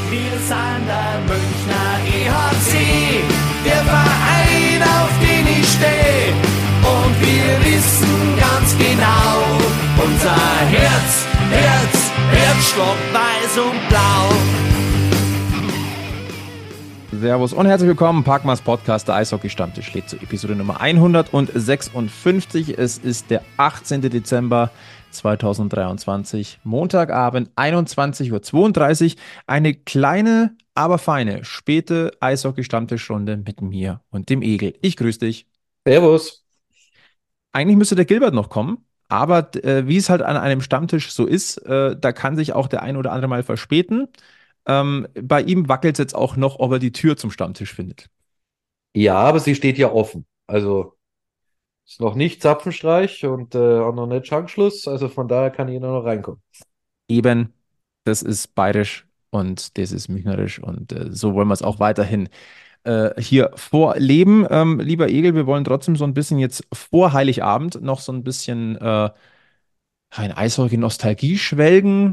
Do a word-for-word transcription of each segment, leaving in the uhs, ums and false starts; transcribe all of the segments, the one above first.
Wir sind der Münchner E H C, der Verein, auf den ich stehe. Und wir wissen ganz genau, unser Herz, Herz, Herzschlag weiß und blau. Servus und herzlich willkommen, Parkmas Podcast, der Eishockey-Stammtisch lädt zur Episode Nummer hundertsechsundfünfzig. Es ist der achtzehnten Dezember zweitausenddreiundzwanzig, Montagabend, einundzwanzig Uhr zweiunddreißig. Eine kleine, aber feine, späte Eishockey-Stammtischrunde mit mir und dem Egel. Ich grüße dich. Servus. Eigentlich müsste der Gilbert noch kommen, aber äh, wie es halt an einem Stammtisch so ist, äh, da kann sich auch der ein oder andere mal verspäten. Ähm, bei ihm wackelt es jetzt auch noch, ob er die Tür zum Stammtisch findet. Ja, aber sie steht ja offen. Also ist noch nicht Zapfenstreich und äh, auch noch nicht Schankschluss. Also von daher kann jeder noch reinkommen. Eben, das ist bayerisch und das ist münchnerisch und äh, so wollen wir es auch weiterhin äh, hier vorleben. Ähm, lieber Egel, wir wollen trotzdem so ein bisschen jetzt vor Heiligabend noch so ein bisschen äh, in Eishockey-Nostalgie schwelgen,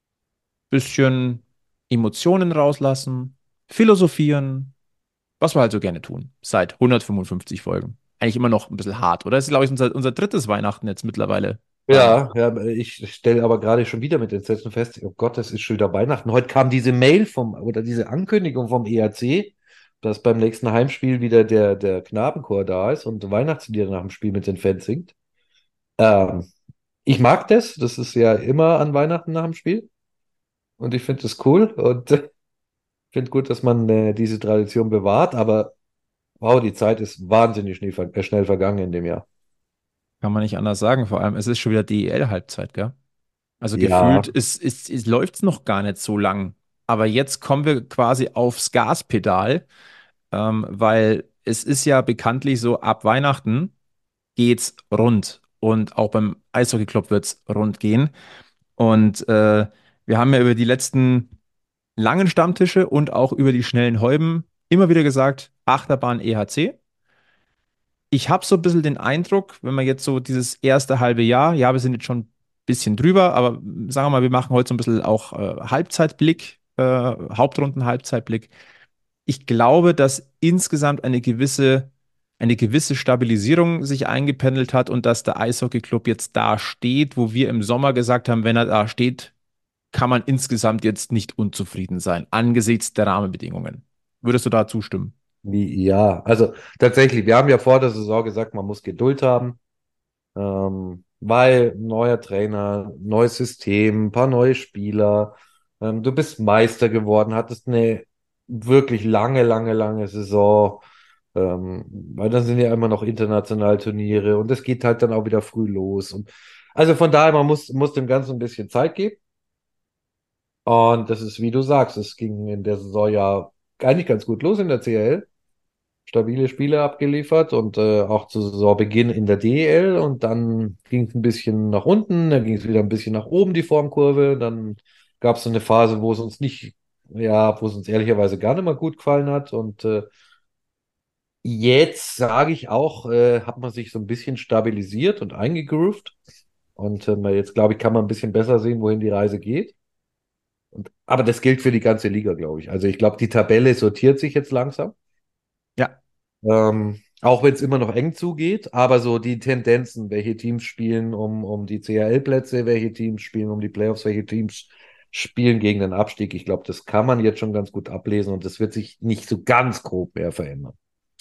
bisschen Emotionen rauslassen, philosophieren, was wir halt so gerne tun, seit hundertfünfundfünfzig Folgen. Eigentlich immer noch ein bisschen hart, oder? Das ist, glaube ich, unser, unser drittes Weihnachten jetzt mittlerweile. Ähm, Ja, ja, ich stelle aber gerade schon wieder mit Entsetzen fest, oh Gott, das ist schon wieder Weihnachten. Heute kam diese Mail vom, oder diese Ankündigung vom E A C, dass beim nächsten Heimspiel wieder der, der Knabenchor da ist und Weihnachtslieder nach dem Spiel mit den Fans singt. Ähm, ich mag das, das ist ja immer an Weihnachten nach dem Spiel und ich finde das cool und finde gut, dass man äh, diese Tradition bewahrt, aber wow, die Zeit ist wahnsinnig schnell, ver- äh, schnell vergangen in dem Jahr. Kann man nicht anders sagen. Vor allem, es ist schon wieder D E L-Halbzeit, gell? Also gefühlt Ja, ist, ist, ist, läuft es noch gar nicht so lang. Aber jetzt kommen wir quasi aufs Gaspedal, ähm, weil es ist ja bekanntlich so, ab Weihnachten geht's rund. Und auch beim Eishockey-Club wird's rund gehen. Und äh, wir haben ja über die letzten langen Stammtische und auch über die schnellen Häuben immer wieder gesagt, Achterbahn E H C. Ich habe so ein bisschen den Eindruck, wenn man jetzt so dieses erste halbe Jahr, ja, wir sind jetzt schon ein bisschen drüber, aber sagen wir mal, wir machen heute so ein bisschen auch äh, Halbzeitblick, äh, Hauptrunden-Halbzeitblick. Ich glaube, dass insgesamt eine gewisse, eine gewisse Stabilisierung sich eingependelt hat und dass der Eishockey-Club jetzt da steht, wo wir im Sommer gesagt haben, wenn er da steht, kann man insgesamt jetzt nicht unzufrieden sein, angesichts der Rahmenbedingungen. Würdest du da zustimmen? wie, ja, also tatsächlich, wir haben ja vor der Saison gesagt, man muss Geduld haben, ähm, weil neuer Trainer, neues System, ein paar neue Spieler, ähm, du bist Meister geworden, hattest eine wirklich lange, lange, lange Saison, ähm, weil dann sind ja immer noch internationale Turniere und es geht halt dann auch wieder früh los. Und also von daher, man muss, muss dem Ganzen ein bisschen Zeit geben. Und das ist, wie du sagst, es ging in der Saison ja eigentlich ganz gut los in der C H L. Stabile Spiele abgeliefert und äh, auch zu Saisonbeginn in der D E L. Und dann ging es ein bisschen nach unten, dann ging es wieder ein bisschen nach oben, die Formkurve. Dann gab es so eine Phase, wo es uns nicht, ja, wo es uns ehrlicherweise gar nicht mal gut gefallen hat. Und äh, jetzt sage ich auch, äh, hat man sich so ein bisschen stabilisiert und eingegroovt. Und äh, jetzt, glaube ich, kann man ein bisschen besser sehen, wohin die Reise geht. Und, aber das gilt für die ganze Liga, glaube ich. Also ich glaube, die Tabelle sortiert sich jetzt langsam. Ja, Ähm, auch wenn es immer noch eng zugeht, aber so die Tendenzen, welche Teams spielen um, um die C H L-Plätze, welche Teams spielen um die Playoffs, welche Teams spielen gegen den Abstieg. Ich glaube, das kann man jetzt schon ganz gut ablesen und das wird sich nicht so ganz grob mehr verändern.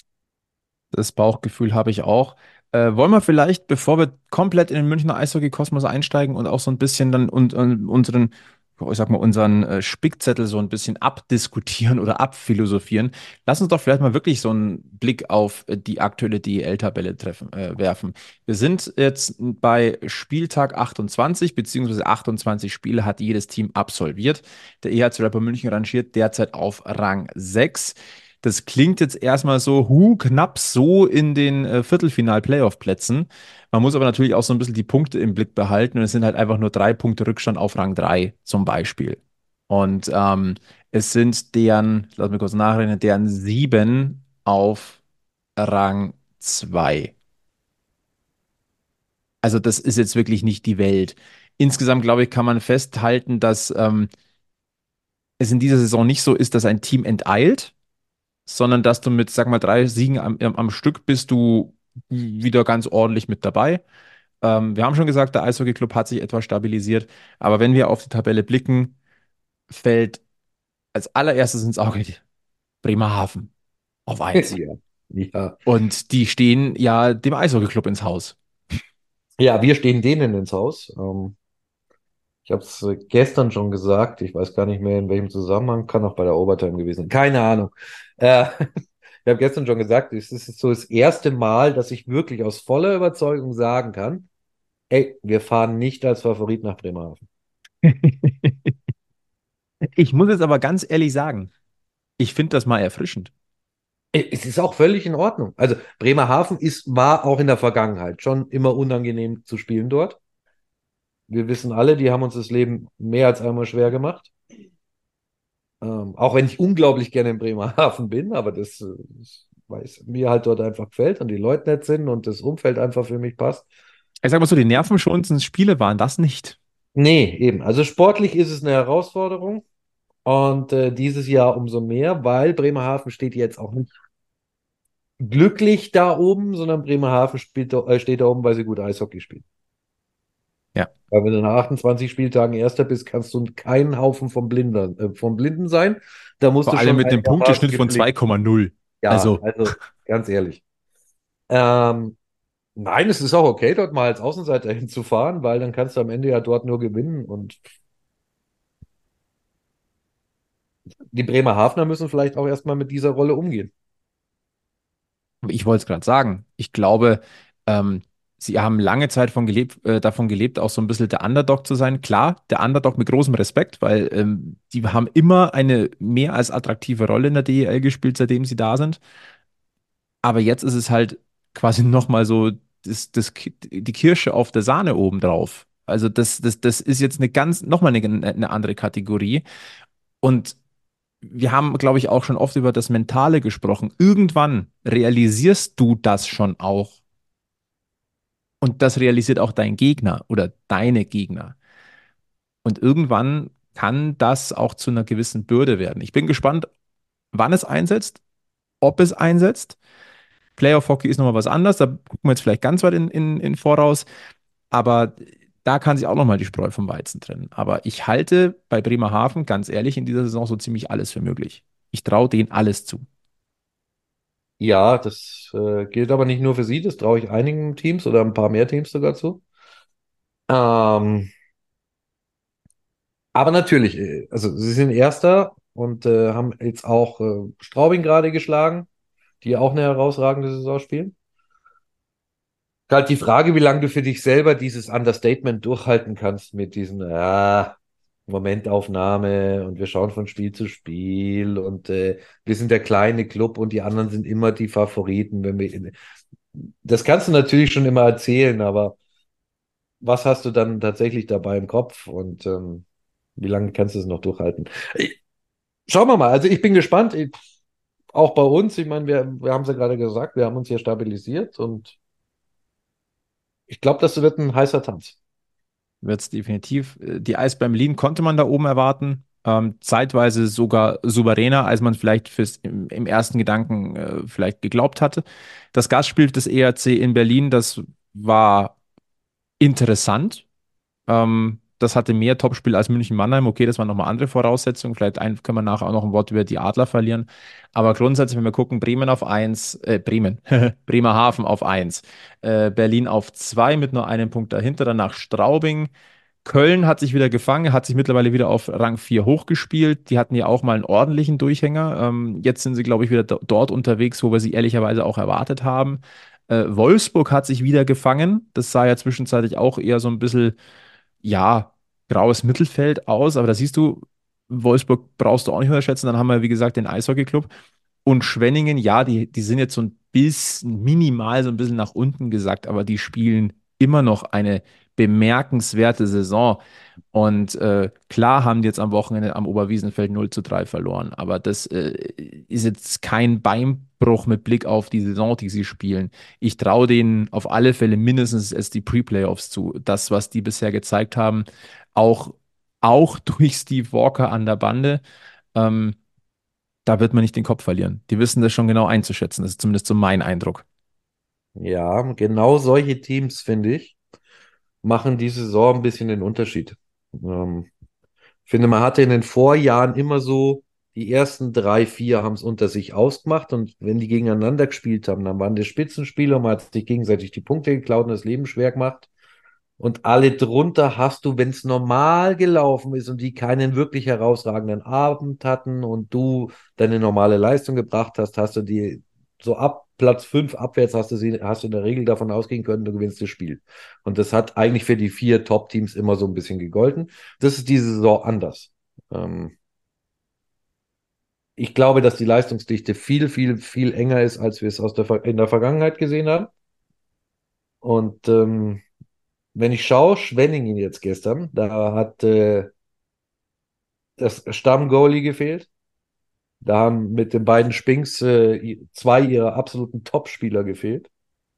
das Bauchgefühl habe ich auch. Äh, wollen wir vielleicht, bevor wir komplett in den Münchner Eishockey-Kosmos einsteigen und auch so ein bisschen dann und, und unseren, ich sag mal, unseren äh, Spickzettel so ein bisschen abdiskutieren oder abphilosophieren, lass uns doch vielleicht mal wirklich so einen Blick auf äh, die aktuelle D E L-Tabelle treffen, äh, werfen. Wir sind jetzt bei Spieltag achtundzwanzig, beziehungsweise achtundzwanzig Spiele hat jedes Team absolviert. Der E H C Rapper München rangiert derzeit auf Rang sechs. Das klingt jetzt erstmal so, hu, knapp so in den äh, Viertelfinal-Playoff-Plätzen. Man muss aber natürlich auch so ein bisschen die Punkte im Blick behalten und es sind halt einfach nur drei Punkte Rückstand auf Rang drei zum Beispiel. Und ähm, es sind deren, lass mich kurz nachrechnen, deren sieben auf Rang zwei. Also das ist jetzt wirklich nicht die Welt. Insgesamt, glaube ich, kann man festhalten, dass ähm, es in dieser Saison nicht so ist, dass ein Team enteilt, sondern dass du mit, sag mal, drei Siegen am, am, am Stück bist du wieder ganz ordentlich mit dabei. Ähm, wir haben schon gesagt, der Eishockey-Club hat sich etwas stabilisiert, aber wenn wir auf die Tabelle blicken, fällt als allererstes ins Auge die Bremerhaven auf eins. Ja. Ja. Und die stehen ja dem Eishockey-Club ins Haus. Ja, wir stehen denen ins Haus. Ähm, ich habe es gestern schon gesagt, ich weiß gar nicht mehr in welchem Zusammenhang, kann auch bei der Overtime gewesen sein, keine Ahnung. Äh, ich habe gestern schon gesagt, es ist so das erste Mal, dass ich wirklich aus voller Überzeugung sagen kann, ey, wir fahren nicht als Favorit nach Bremerhaven. Ich muss jetzt aber ganz ehrlich sagen, ich finde das mal erfrischend. Es ist auch völlig in Ordnung. Also Bremerhaven ist, war auch in der Vergangenheit schon immer unangenehm zu spielen dort. Wir wissen alle, die haben uns das Leben mehr als einmal schwer gemacht. Ähm, auch wenn ich unglaublich gerne in Bremerhaven bin, aber das, äh, das weil es mir halt dort einfach gefällt und die Leute nett sind und das Umfeld einfach für mich passt. Ich sag mal so, die nervenschonendsten Spiele waren das nicht. Nee, eben. Also sportlich ist es eine Herausforderung und äh, dieses Jahr umso mehr, weil Bremerhaven steht jetzt auch nicht glücklich da oben, sondern Bremerhaven spielt, da- äh, steht da oben, weil sie gut Eishockey spielen. Ja. Weil wenn du nach achtundzwanzig Spieltagen Erster bist, kannst du kein Haufen vom Blinden, äh, vom Blinden sein. Da musst Vor du allem schon mit einem einigermaßen Punkteschnitt von gepflegt. zwei Komma null. Ja, Also, also ganz ehrlich. Ähm, nein, es ist auch okay, dort mal als Außenseiter hinzufahren, weil dann kannst du am Ende ja dort nur gewinnen. Und die Bremerhavener müssen vielleicht auch erstmal mit dieser Rolle umgehen. ich wollte es gerade sagen. Ich glaube, ähm, sie haben lange Zeit von gelebt, äh, davon gelebt, auch so ein bisschen der Underdog zu sein. Klar, der Underdog mit großem Respekt, weil ähm, die haben immer eine mehr als attraktive Rolle in der D E L gespielt, seitdem sie da sind. Aber jetzt ist es halt quasi nochmal so das, das, Ki- die Kirsche auf der Sahne obendrauf. Also das, das, das ist jetzt eine ganz, nochmal eine, eine andere Kategorie. Und wir haben, glaube ich, auch schon oft über das Mentale gesprochen. Irgendwann realisierst du das schon auch. Und das realisiert auch dein Gegner oder deine Gegner. Und irgendwann kann das auch zu einer gewissen Bürde werden. Ich bin gespannt, wann es einsetzt, ob es einsetzt. Playoff-Hockey ist nochmal was anderes. Da gucken wir jetzt vielleicht ganz weit in, in, in Voraus. Aber da kann sich auch nochmal die Spreu vom Weizen trennen. Aber ich halte bei Bremerhaven, ganz ehrlich, in dieser Saison so ziemlich alles für möglich. Ich traue denen alles zu. Ja, das äh, gilt aber nicht nur für sie, das traue ich einigen Teams oder ein paar mehr Teams sogar zu. Ähm, aber natürlich, äh, also sie sind Erster und äh, haben jetzt auch äh, Straubing gerade geschlagen, die auch eine herausragende Saison spielen. Halt die Frage, wie lange du für dich selber dieses Understatement durchhalten kannst mit diesen ah, Momentaufnahme und wir schauen von Spiel zu Spiel und äh, wir sind der kleine Club und die anderen sind immer die Favoriten. Wenn wir, das kannst du natürlich schon immer erzählen, aber was hast du dann tatsächlich dabei im Kopf und ähm, wie lange kannst du es noch durchhalten? Ich, schauen wir mal. Also ich bin gespannt. Ich, auch bei uns. Ich meine, wir, wir haben es ja gerade gesagt, wir haben uns hier stabilisiert und ich glaube, das wird ein heißer Tanz. Wird es definitiv. Äh, Die Eisbären Berlin konnte man da oben erwarten. Ähm, zeitweise sogar souveräner, als man vielleicht fürs, im, im ersten Gedanken äh, vielleicht geglaubt hatte. Das Gastspiel des E R C in Berlin, das war interessant. Ähm, das hatte mehr Topspiel als München-Mannheim. Okay, das waren nochmal andere Voraussetzungen. Vielleicht ein, können wir nachher auch noch ein Wort über die Adler verlieren. Aber grundsätzlich, wenn wir gucken, Bremen auf eins, äh, Bremen, Bremerhaven auf eins, äh, Berlin auf zwei mit nur einem Punkt dahinter, danach Straubing. Köln hat sich wieder gefangen, hat sich mittlerweile wieder auf Rang vier hochgespielt. Die hatten ja auch mal einen ordentlichen Durchhänger. Ähm, jetzt sind sie, glaube ich, wieder do dort unterwegs, wo wir sie ehrlicherweise auch erwartet haben. Äh, Wolfsburg hat sich wieder gefangen. Das sah ja zwischenzeitlich auch eher so ein bisschen, ja, graues Mittelfeld aus. Aber da siehst du, Wolfsburg brauchst du auch nicht unterschätzen. Dann haben wir, wie gesagt, den Eishockey-Club. Und Schwenningen, ja, die, die sind jetzt so ein bisschen minimal so ein bisschen nach unten gesackt, aber die spielen immer noch eine bemerkenswerte Saison. Und äh, klar haben die jetzt am Wochenende am Oberwiesenfeld null zu drei verloren, aber das äh, ist jetzt kein Beinbruch mit Blick auf die Saison, die sie spielen. Ich traue denen auf alle Fälle mindestens erst die Pre-Playoffs zu. Das, was die bisher gezeigt haben, auch auch durch Steve Walker an der Bande. Ähm, Da wird man nicht den Kopf verlieren. Die wissen das schon genau einzuschätzen. Das ist zumindest so mein Eindruck. Ja, genau solche Teams, finde ich, machen diese Saison ein bisschen den Unterschied. Ähm, Ich finde, man hatte in den Vorjahren immer so, die ersten drei, vier haben es unter sich ausgemacht und wenn die gegeneinander gespielt haben, dann waren das Spitzenspieler und man hat sich gegenseitig die Punkte geklaut und das Leben schwer gemacht. Und alle drunter hast du, wenn es normal gelaufen ist und die keinen wirklich herausragenden Abend hatten und du deine normale Leistung gebracht hast, hast du die so ab Platz fünf abwärts hast du sie, hast du in der Regel davon ausgehen können, du gewinnst das Spiel. Und das hat eigentlich für die vier Top-Teams immer so ein bisschen gegolten. Das ist diese Saison anders. Ähm, Ich glaube, dass die Leistungsdichte viel, viel, viel enger ist, als wir es aus der, Ver- in der Vergangenheit gesehen haben. Und ähm, wenn ich schaue, Schwenningen jetzt gestern, da hat äh, das Stammgoalie gefehlt. Da haben mit den beiden Spinks äh, zwei ihrer absoluten Top-Spieler gefehlt.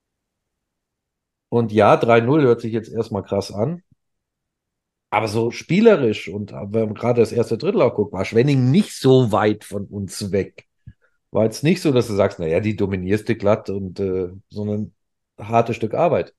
Und ja, drei null hört sich jetzt erstmal krass an. Aber so spielerisch und äh, wenn man gerade das erste Drittel auch guckt, war Schwenningen nicht so weit von uns weg. War jetzt nicht so, dass du sagst, naja, die dominierst du glatt und äh, sondern ein hartes Stück Arbeit.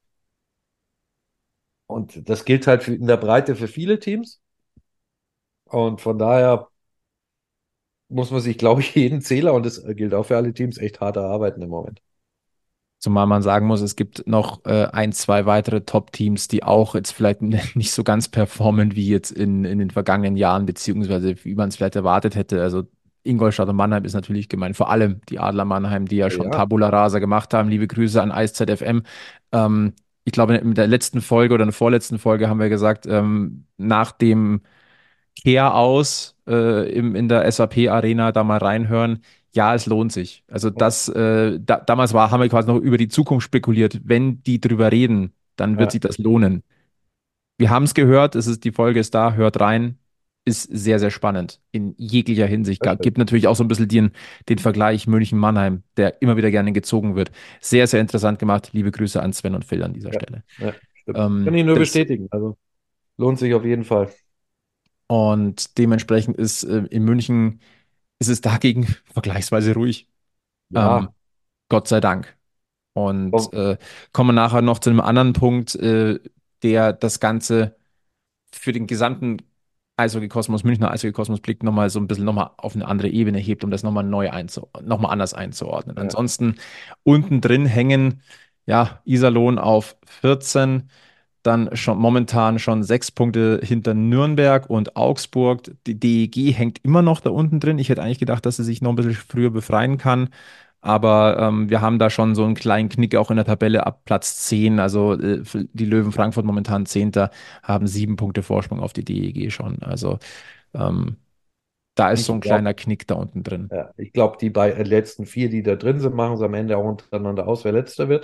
Und das gilt halt für, in der Breite für viele Teams. Und von daher muss man sich, glaube ich, jeden Zähler, und das gilt auch für alle Teams, echt hart erarbeiten im Moment. Zumal man sagen muss, es gibt noch äh, ein, zwei weitere Top-Teams, die auch jetzt vielleicht nicht so ganz performen wie jetzt in, in den vergangenen Jahren, beziehungsweise wie man es vielleicht erwartet hätte. Also Ingolstadt und Mannheim ist natürlich gemeint, vor allem die Adler Mannheim, die ja schon Ja, Tabula Rasa gemacht haben. Liebe Grüße an Eiszeit F M. Ähm, Ich glaube, in der letzten Folge oder in der vorletzten Folge haben wir gesagt, ähm, nach dem Kehr aus äh, im, in der S A P-Arena da mal reinhören. Ja, es lohnt sich. Also das, äh, da, damals war, haben wir quasi noch über die Zukunft spekuliert. Wenn die drüber reden, dann wird ja, sich das lohnen. Wir haben es gehört, es ist, die Folge ist da, hört rein. Ist sehr, sehr spannend in jeglicher Hinsicht. das Ga- stimmt. Gibt natürlich auch so ein bisschen den, den Vergleich München-Mannheim, der immer wieder gerne gezogen wird. Sehr, sehr interessant gemacht. Liebe Grüße an Sven und Phil an dieser Ja, Stelle. ja, stimmt. Kann Ähm, ich nur das, bestätigen. Also lohnt sich auf jeden Fall. und dementsprechend ist äh, in München ist es dagegen vergleichsweise ruhig. Ähm, Ja, Gott sei Dank. Und komm, äh, kommen wir nachher noch zu einem anderen Punkt, äh, der das Ganze für den gesamten Eishockey-Kosmos, Münchner Eishockey-Kosmos-Blick nochmal so ein bisschen nochmal auf eine andere Ebene hebt, um das nochmal neu einzu nochmal anders einzuordnen. ja, Ansonsten unten drin hängen, ja, Iserlohn auf vierzehn, dann schon momentan schon sechs Punkte hinter Nürnberg und Augsburg. Die D E G hängt immer noch da unten drin. Ich hätte eigentlich gedacht, dass sie sich noch ein bisschen früher befreien kann. Aber ähm, wir haben da schon so einen kleinen Knick auch in der Tabelle ab Platz zehn. Also äh, die Löwen Frankfurt momentan Zehnter, haben sieben Punkte Vorsprung auf die D E G schon. Also ähm, da ist so ich ein glaube, kleiner Knick da unten drin. ja, ich glaube, die beiden letzten vier, die da drin sind, machen es am Ende auch untereinander aus, wer letzter wird.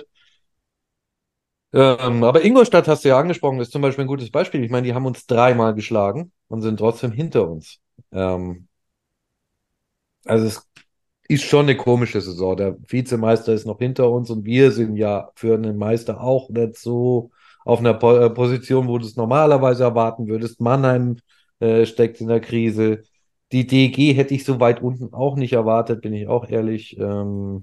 Ähm, aber Ingolstadt hast du ja angesprochen, ist zum Beispiel ein gutes Beispiel. Ich meine, die haben uns dreimal geschlagen und sind trotzdem hinter uns. Ähm, also es ist schon eine komische Saison. Der Vizemeister ist noch hinter uns und wir sind ja für einen Meister auch nicht so auf einer po äh, Position, wo du es normalerweise erwarten würdest. Mannheim äh, steckt in der Krise. Die D E G hätte ich so weit unten auch nicht erwartet, bin ich auch ehrlich. Ähm,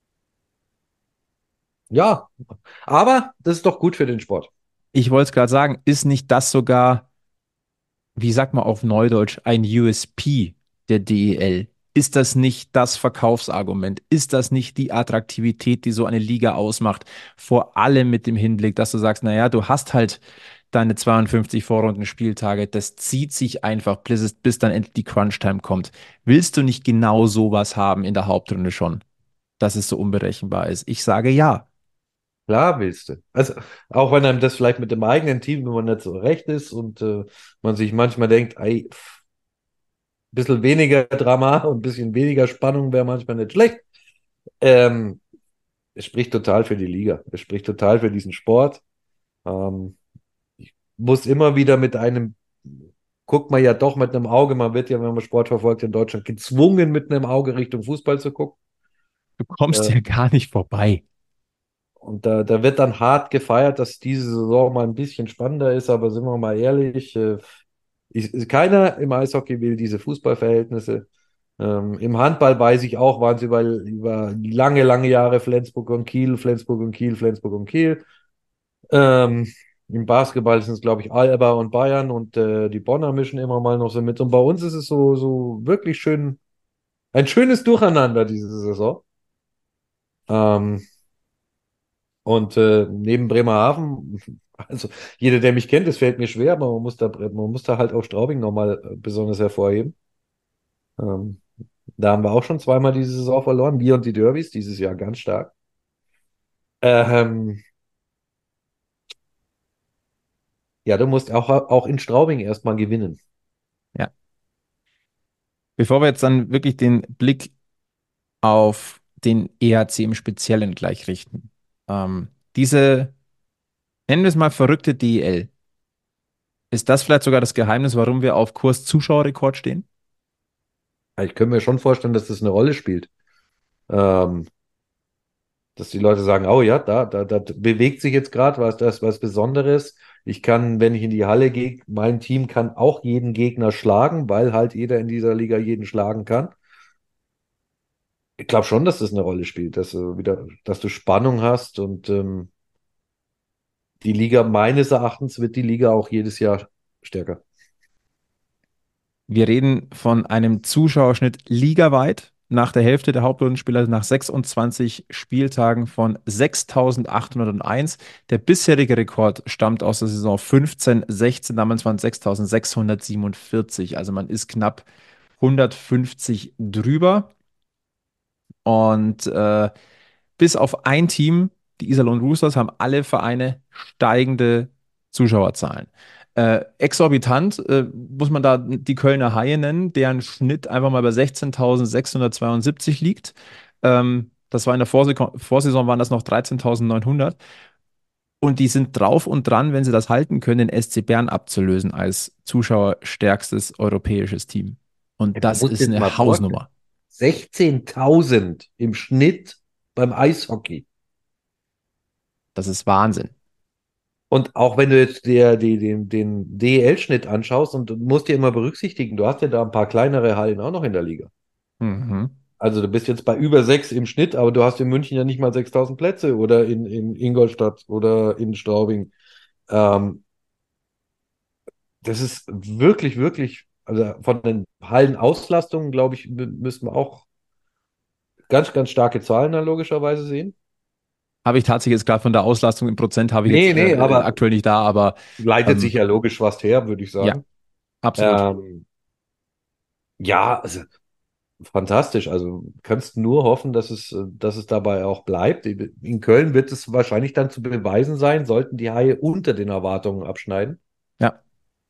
ja, aber das ist doch gut für den Sport. Ich wollte es gerade sagen, ist nicht das sogar, wie sagt man auf Neudeutsch, ein U S P der D E L? Ist das nicht das Verkaufsargument? Ist das nicht die Attraktivität, die so eine Liga ausmacht? Vor allem mit dem Hinblick, dass du sagst, naja, du hast halt deine zweiundfünfzig Vorrundenspieltage, das zieht sich einfach, bis, es, bis dann endlich die Crunch-Time kommt. Willst du nicht genau sowas haben in der Hauptrunde schon, dass es so unberechenbar ist? Ich sage ja. Klar willst du. Also, auch wenn einem das vielleicht mit dem eigenen Team nur nicht so recht ist und äh, man sich manchmal denkt, ey, pff, ein bisschen weniger Drama und ein bisschen weniger Spannung wäre manchmal nicht schlecht. Ähm, Es spricht total für die Liga. Es spricht total für diesen Sport. Ähm, ich muss immer wieder mit einem, guckt man ja doch mit einem Auge, man wird ja, wenn man Sport verfolgt in Deutschland, gezwungen, mit einem Auge Richtung Fußball zu gucken. Du kommst Äh, ja gar nicht vorbei. und da, da wird dann hart gefeiert, dass diese Saison mal ein bisschen spannender ist, aber sind wir mal ehrlich, äh, Ich, keiner im Eishockey will diese Fußballverhältnisse. Ähm, im Handball weiß ich auch, waren es über, über lange, lange Jahre Flensburg und Kiel, Flensburg und Kiel, Flensburg und Kiel. Ähm, Im Basketball sind es, glaube ich, Alba und Bayern und äh, die Bonner mischen immer mal noch so mit. Und bei uns ist es so, so wirklich schön, ein schönes Durcheinander diese Saison. Ähm, und äh, neben Bremerhaven, also jeder, der mich kennt, es fällt mir schwer, aber man muss da, man muss da halt auch Straubing nochmal äh, besonders hervorheben. Ähm, Da haben wir auch schon zweimal diese Saison verloren. Wir und die Derbys, dieses Jahr ganz stark. Ähm, ja, du musst auch, auch in Straubing erstmal gewinnen. Ja. Bevor wir jetzt dann wirklich den Blick auf den E H C im Speziellen gleich richten. Ähm, diese, nennen wir es mal verrückte D E L. Ist das vielleicht sogar das Geheimnis, warum wir auf Kurs Zuschauerrekord stehen? Ich könnte mir schon vorstellen, dass das eine Rolle spielt. Ähm, Dass die Leute sagen, oh ja, da, da, da bewegt sich jetzt gerade was, das ist was Besonderes. Ich kann, wenn ich in die Halle gehe, mein Team kann auch jeden Gegner schlagen, weil halt jeder in dieser Liga jeden schlagen kann. Ich glaube schon, dass das eine Rolle spielt, dass du wieder, dass du Spannung hast und ähm, die Liga, meines Erachtens, wird die Liga auch jedes Jahr stärker. Wir reden von einem Zuschauerschnitt ligaweit nach der Hälfte der Hauptrundenspieler nach sechsundzwanzig Spieltagen von sechstausendachthunderteins. Der bisherige Rekord stammt aus der Saison fünfzehn sechzehn, damals waren es sechstausendsechshundertsiebenundvierzig. Also man ist knapp hundertfünfzig drüber. Und äh, bis auf ein Team, die Iserlohn Roosters, haben alle Vereine steigende Zuschauerzahlen. Äh, exorbitant äh, muss man da die Kölner Haie nennen, deren Schnitt einfach mal bei sechzehntausendsechshundertzweiundsiebzig liegt. Ähm, das war in der Vorsaison, Vorsaison waren das noch dreizehntausendneunhundert. Und die sind drauf und dran, wenn sie das halten können, den S C Bern abzulösen als zuschauerstärkstes europäisches Team. Und Du das musst ist jetzt mal eine vorstellen, Hausnummer. sechzehntausend im Schnitt beim Eishockey. Das ist Wahnsinn. Und auch wenn du jetzt dir die, den, den D E L-Schnitt anschaust, und du musst dir immer berücksichtigen, du hast ja da ein paar kleinere Hallen auch noch in der Liga. Mhm. Also du bist jetzt bei über sechs im Schnitt, aber du hast in München ja nicht mal sechstausend Plätze oder in, in Ingolstadt oder in Straubing. Ähm, Das ist wirklich, wirklich, also von den Hallenauslastungen, glaube ich, mü- müssen wir auch ganz, ganz starke Zahlen dann logischerweise sehen. Habe ich tatsächlich jetzt gerade von der Auslastung im Prozent habe ich jetzt Nee, nee, äh, aber aktuell nicht da, aber leitet sich ähm, ja logisch fast her, würde ich ja, sagen. absolut. Ähm, ja, also fantastisch. Also kannst nur hoffen, dass es, äh, dass es dabei auch bleibt. In Köln wird es wahrscheinlich dann zu beweisen sein, sollten die Haie unter den Erwartungen abschneiden. Ja,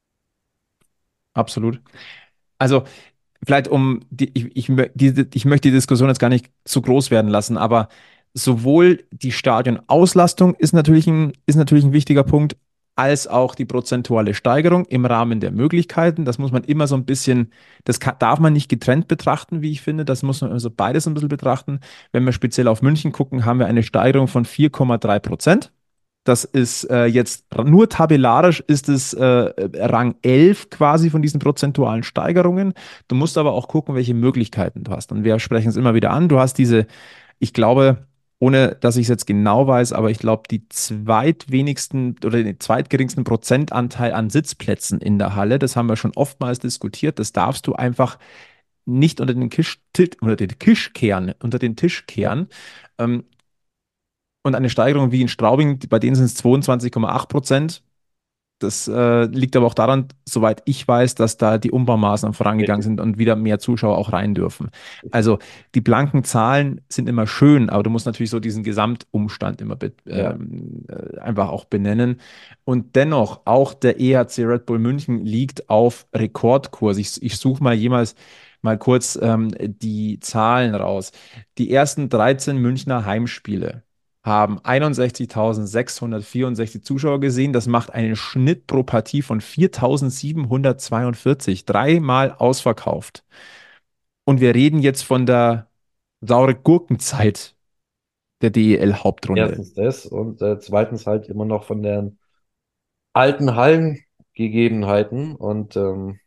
absolut. Also vielleicht um die, ich, ich, mö- diese, ich möchte die Diskussion jetzt gar nicht zu groß werden lassen, aber sowohl die Stadionauslastung ist natürlich ein, ist natürlich ein wichtiger Punkt, als auch die prozentuale Steigerung im Rahmen der Möglichkeiten. Das muss man immer so ein bisschen, das kann, darf man nicht getrennt betrachten, wie ich finde. Das muss man also beides ein bisschen betrachten. Wenn wir speziell auf München gucken, haben wir eine Steigerung von vier Komma drei Prozent. Das ist äh, jetzt nur tabellarisch ist es äh, Rang elf quasi von diesen prozentualen Steigerungen. Du musst aber auch gucken, welche Möglichkeiten du hast. Und wir sprechen es immer wieder an. Du hast diese, ich glaube, ohne dass ich es jetzt genau weiß, aber ich glaube, die zweitwenigsten oder den zweitgeringsten Prozentanteil an Sitzplätzen in der Halle, das haben wir schon oftmals diskutiert. Das darfst du einfach nicht unter den Tisch, unter den Tisch kehren, unter den Tisch Ja. kehren. Ähm, und eine Steigerung wie in Straubing, bei denen sind es zweiundzwanzig Komma acht Prozent. Das äh, liegt aber auch daran, soweit ich weiß, dass da die Umbaumaßnahmen vorangegangen Richtig. sind und wieder mehr Zuschauer auch rein dürfen. Also die blanken Zahlen sind immer schön, aber du musst natürlich so diesen Gesamtumstand immer be- Ja. ähm, äh, einfach auch benennen. Und dennoch, auch der E H C Red Bull München liegt auf Rekordkurs. Ich, ich suche mal jemals mal kurz ähm, die Zahlen raus. Die ersten dreizehn Münchner Heimspiele haben einundsechzigtausendsechshundertvierundsechzig Zuschauer gesehen. Das macht einen Schnitt pro Partie von viertausendsiebenhundertzweiundvierzig. Dreimal ausverkauft. Und wir reden jetzt von der saure Gurkenzeit der D E L-Hauptrunde. Erstens das und äh, zweitens halt immer noch von den alten Hallen. Gegebenheiten. Und ähm,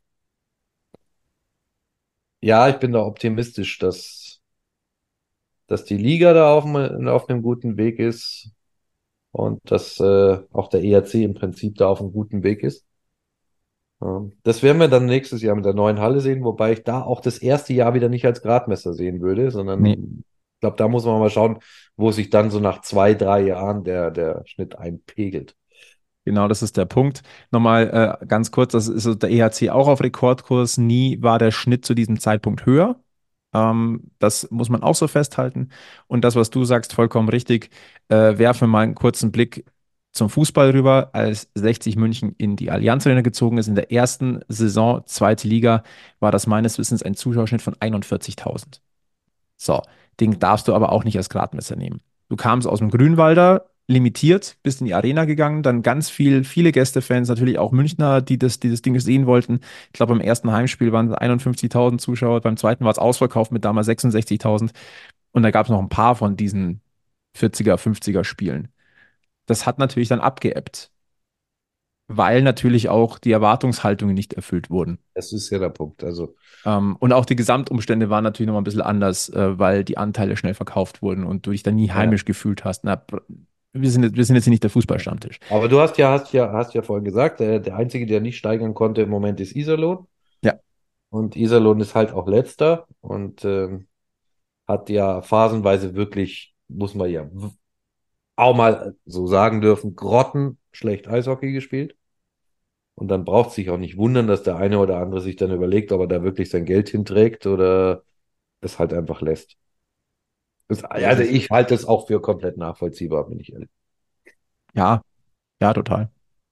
ja, ich bin da optimistisch, dass, dass die Liga da auf, einem- auf einem guten Weg ist und dass äh, auch der E R C im Prinzip da auf einem guten Weg ist. Ähm, das werden wir dann nächstes Jahr mit der neuen Halle sehen, wobei ich da auch das erste Jahr wieder nicht als Gradmesser sehen würde, Nee. sondern ich glaube, da muss man mal schauen, wo sich dann so nach zwei, drei Jahren der, der Schnitt einpegelt. Genau, das ist der Punkt. Nochmal äh, ganz kurz, das ist so der E H C auch auf Rekordkurs. Nie war der Schnitt zu diesem Zeitpunkt höher. Ähm, das muss man auch so festhalten. Und das, was du sagst, vollkommen richtig. Äh, werfen wir mal einen kurzen Blick zum Fußball rüber. Als sechzig München in die Allianz Arena gezogen ist, in der ersten Saison, zweite Liga, war das meines Wissens ein Zuschauerschnitt von einundvierzigtausend. So, den darfst du aber auch nicht als Gradmesser nehmen. Du kamst aus dem Grünwalder, limitiert, bist in die Arena gegangen, dann ganz viel, viele Gästefans, natürlich auch Münchner, die das, die das Ding sehen wollten. Ich glaube, beim ersten Heimspiel waren es einundfünfzigtausend Zuschauer, beim zweiten war es ausverkauft mit damals sechsundsechzigtausend und da gab es noch ein paar von diesen vierziger, fünfziger Spielen. Das hat natürlich dann abgeebbt, weil natürlich auch die Erwartungshaltungen nicht erfüllt wurden. Das ist ja der Punkt. Also, Ähm, und auch die Gesamtumstände waren natürlich noch mal ein bisschen anders, äh, weil die Anteile schnell verkauft wurden und du dich dann nie ja. heimisch gefühlt hast. Na, wir sind, jetzt- wir sind jetzt hier nicht der Fußballstammtisch. Aber du hast ja, hast ja, hast ja vorhin gesagt, der, der Einzige, der nicht steigern konnte im Moment ist Iserlohn. Ja, Und Iserlohn ist halt auch letzter und ähm, hat ja phasenweise wirklich, muss man ja w- auch mal so sagen dürfen, grottenschlecht Eishockey gespielt. Und dann braucht es sich auch nicht wundern, dass der eine oder andere sich dann überlegt, ob er da wirklich sein Geld hinträgt oder es halt einfach lässt. Das, so ist also es. ich halte es auch für komplett nachvollziehbar, bin ich ehrlich. Ja, ja, total.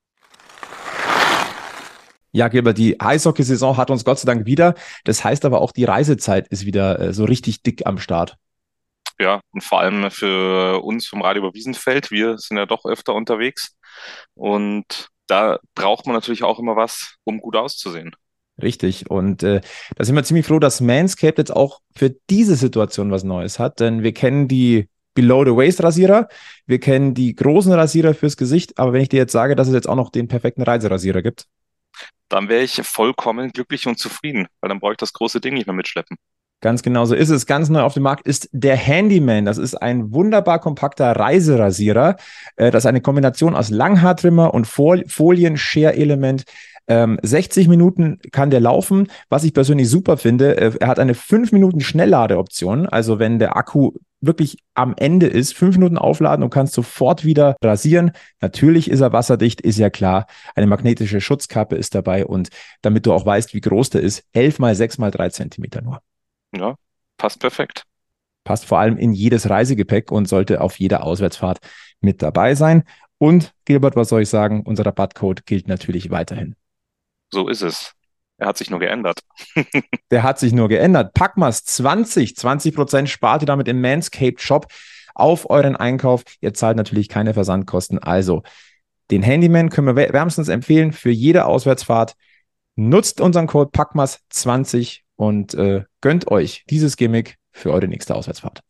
Ja, Gilbert, die Eishockeysaison hat uns Gott sei Dank wieder. Das heißt aber auch, die Reisezeit ist wieder äh, so richtig dick am Start. Ja, und vor allem für uns vom Radio Oberwiesenfeld, wir sind ja doch öfter unterwegs und da braucht man natürlich auch immer was, um gut auszusehen. Richtig. Und äh, da sind wir ziemlich froh, dass Manscaped jetzt auch für diese Situation was Neues hat. Denn wir kennen die Below-the-Waist-Rasierer, wir kennen die großen Rasierer fürs Gesicht. Aber wenn ich dir jetzt sage, dass es jetzt auch noch den perfekten Reiserasierer gibt, Dann wäre ich vollkommen glücklich und zufrieden, weil dann brauche ich das große Ding nicht mehr mitschleppen. ganz genau so ist es. Ganz neu auf dem Markt ist der Handyman. Das ist ein wunderbar kompakter Reiserasierer. Äh, Das ist eine Kombination aus Langhaartrimmer und Fol Folien-Share-Element. Ähm, sechzig Minuten kann der laufen. Was ich persönlich super finde, äh, er hat eine fünf Minuten Schnellladeoption. Also wenn der Akku wirklich am Ende ist, fünf Minuten aufladen und kannst sofort wieder rasieren. Natürlich ist er wasserdicht, ist ja klar. Eine magnetische Schutzkappe ist dabei und damit du auch weißt, wie groß der ist, elf mal sechs mal drei Zentimeter nur. Ja, passt perfekt. Passt vor allem in jedes Reisegepäck und sollte auf jeder Auswärtsfahrt mit dabei sein. Und Gilbert, was soll ich sagen? Unser Rabattcode gilt natürlich weiterhin. So ist es. Er hat sich nur geändert. Der hat sich nur geändert. Packmas zwanzig, zwanzig Prozent spart ihr damit im Manscaped Shop auf euren Einkauf. Ihr zahlt natürlich keine Versandkosten. Also den Handyman können wir wärmstens empfehlen für jede Auswärtsfahrt. Nutzt unseren Code Packmas zwanzig und äh, gönnt euch dieses Gimmick für eure nächste Auswärtsfahrt.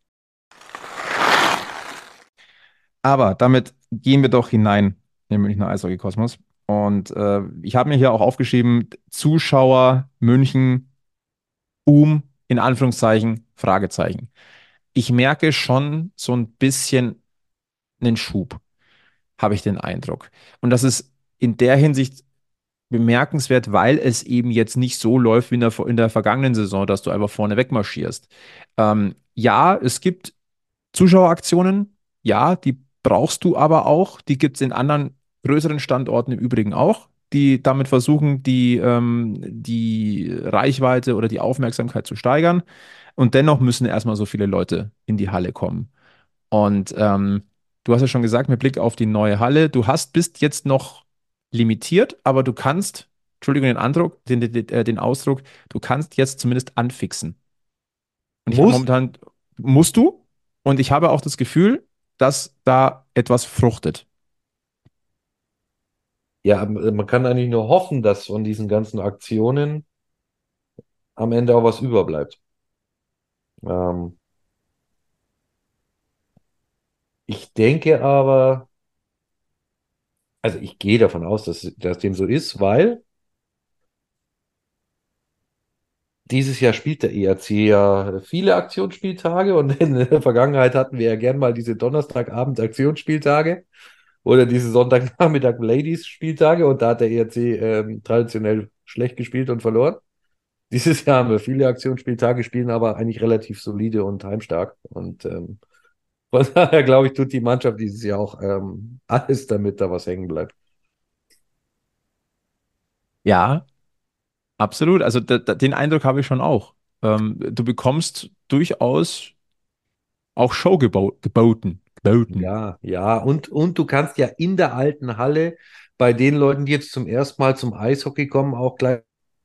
Aber damit gehen wir doch hinein in den Münchner Eishockey-Kosmos. Und äh, ich habe mir hier auch aufgeschrieben, Zuschauer München, um, in Anführungszeichen, Fragezeichen. Ich merke schon so ein bisschen einen Schub, habe ich den Eindruck. Und das ist in der Hinsicht bemerkenswert, weil es eben jetzt nicht so läuft wie in der, in der vergangenen Saison, dass du einfach vorne wegmarschierst. Ähm, ja, es gibt Zuschaueraktionen, ja, die brauchst du aber auch. Die gibt es in anderen größeren Standorten im Übrigen auch, die damit versuchen, die, ähm, die Reichweite oder die Aufmerksamkeit zu steigern. Und dennoch müssen erstmal so viele Leute in die Halle kommen. Und ähm, du hast ja schon gesagt, mit Blick auf die neue Halle, du hast, bist jetzt noch limitiert, aber du kannst, Entschuldigung, den Andruck, den, den, äh, den Ausdruck, du kannst jetzt zumindest anfixen. Und ich habe Muss, momentan, musst du, und ich habe auch das Gefühl, dass da etwas fruchtet. ja, man kann eigentlich nur hoffen, dass von diesen ganzen Aktionen am Ende auch was überbleibt. Ähm, ich denke aber, Also ich gehe davon aus, dass, dass dem so ist, weil dieses Jahr spielt der E R C ja viele Aktionsspieltage und in der Vergangenheit hatten wir ja gern mal diese Donnerstagabend Aktionsspieltage oder diese Sonntagnachmittag Ladies-Spieltage und da hat der E R C ähm, traditionell schlecht gespielt und verloren. Dieses Jahr haben wir viele Aktionsspieltage, spielen aber eigentlich relativ solide und heimstark. Und ähm, von daher glaube ich, tut die Mannschaft dieses Jahr auch ähm, alles, damit da was hängen bleibt. Ja, absolut. Also da, da, den Eindruck habe ich schon auch. Ähm, du bekommst durchaus auch Show gebau geboten. Geboten. Ja, ja. Und, und du kannst ja in der alten Halle bei den Leuten, die jetzt zum ersten Mal zum Eishockey kommen, auch gleich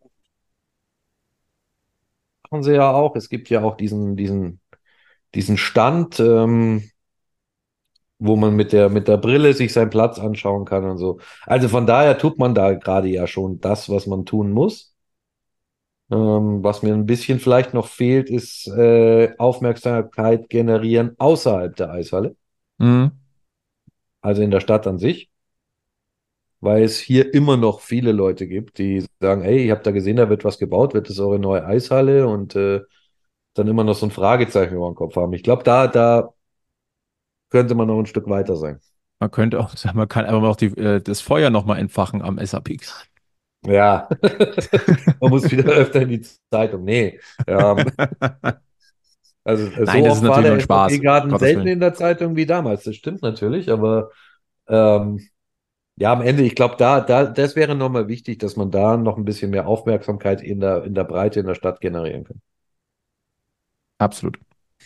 machen sie ja auch. Es gibt ja auch diesen, diesen, diesen Stand, ähm, wo man mit der, mit der Brille sich seinen Platz anschauen kann und so. Also von daher tut man da gerade ja schon das, was man tun muss. Ähm, was mir ein bisschen vielleicht noch fehlt, ist äh, Aufmerksamkeit generieren außerhalb der Eishalle, Mhm. also in der Stadt an sich, weil es hier immer noch viele Leute gibt, die sagen, hey, ich habe da gesehen, da wird was gebaut, wird das eure neue Eishalle und äh, dann immer noch so ein Fragezeichen über den Kopf haben. Ich glaube, da, da könnte man noch ein Stück weiter sein. Man könnte auch sagen, man kann einfach noch die, äh, das Feuer nochmal entfachen am S A P. Ja, man muss wieder öfter in die Zeitung. Nee, ähm, also äh, Nein, so das ist oft war natürlich nur der ein Spaß. SAP-Garten Gottes selten Willen. in der Zeitung wie damals. Das stimmt natürlich, aber ähm, ja, am Ende, ich glaube, da, da, das wäre nochmal wichtig, dass man da noch ein bisschen mehr Aufmerksamkeit in der, in der Breite in der Stadt generieren kann. Absolut.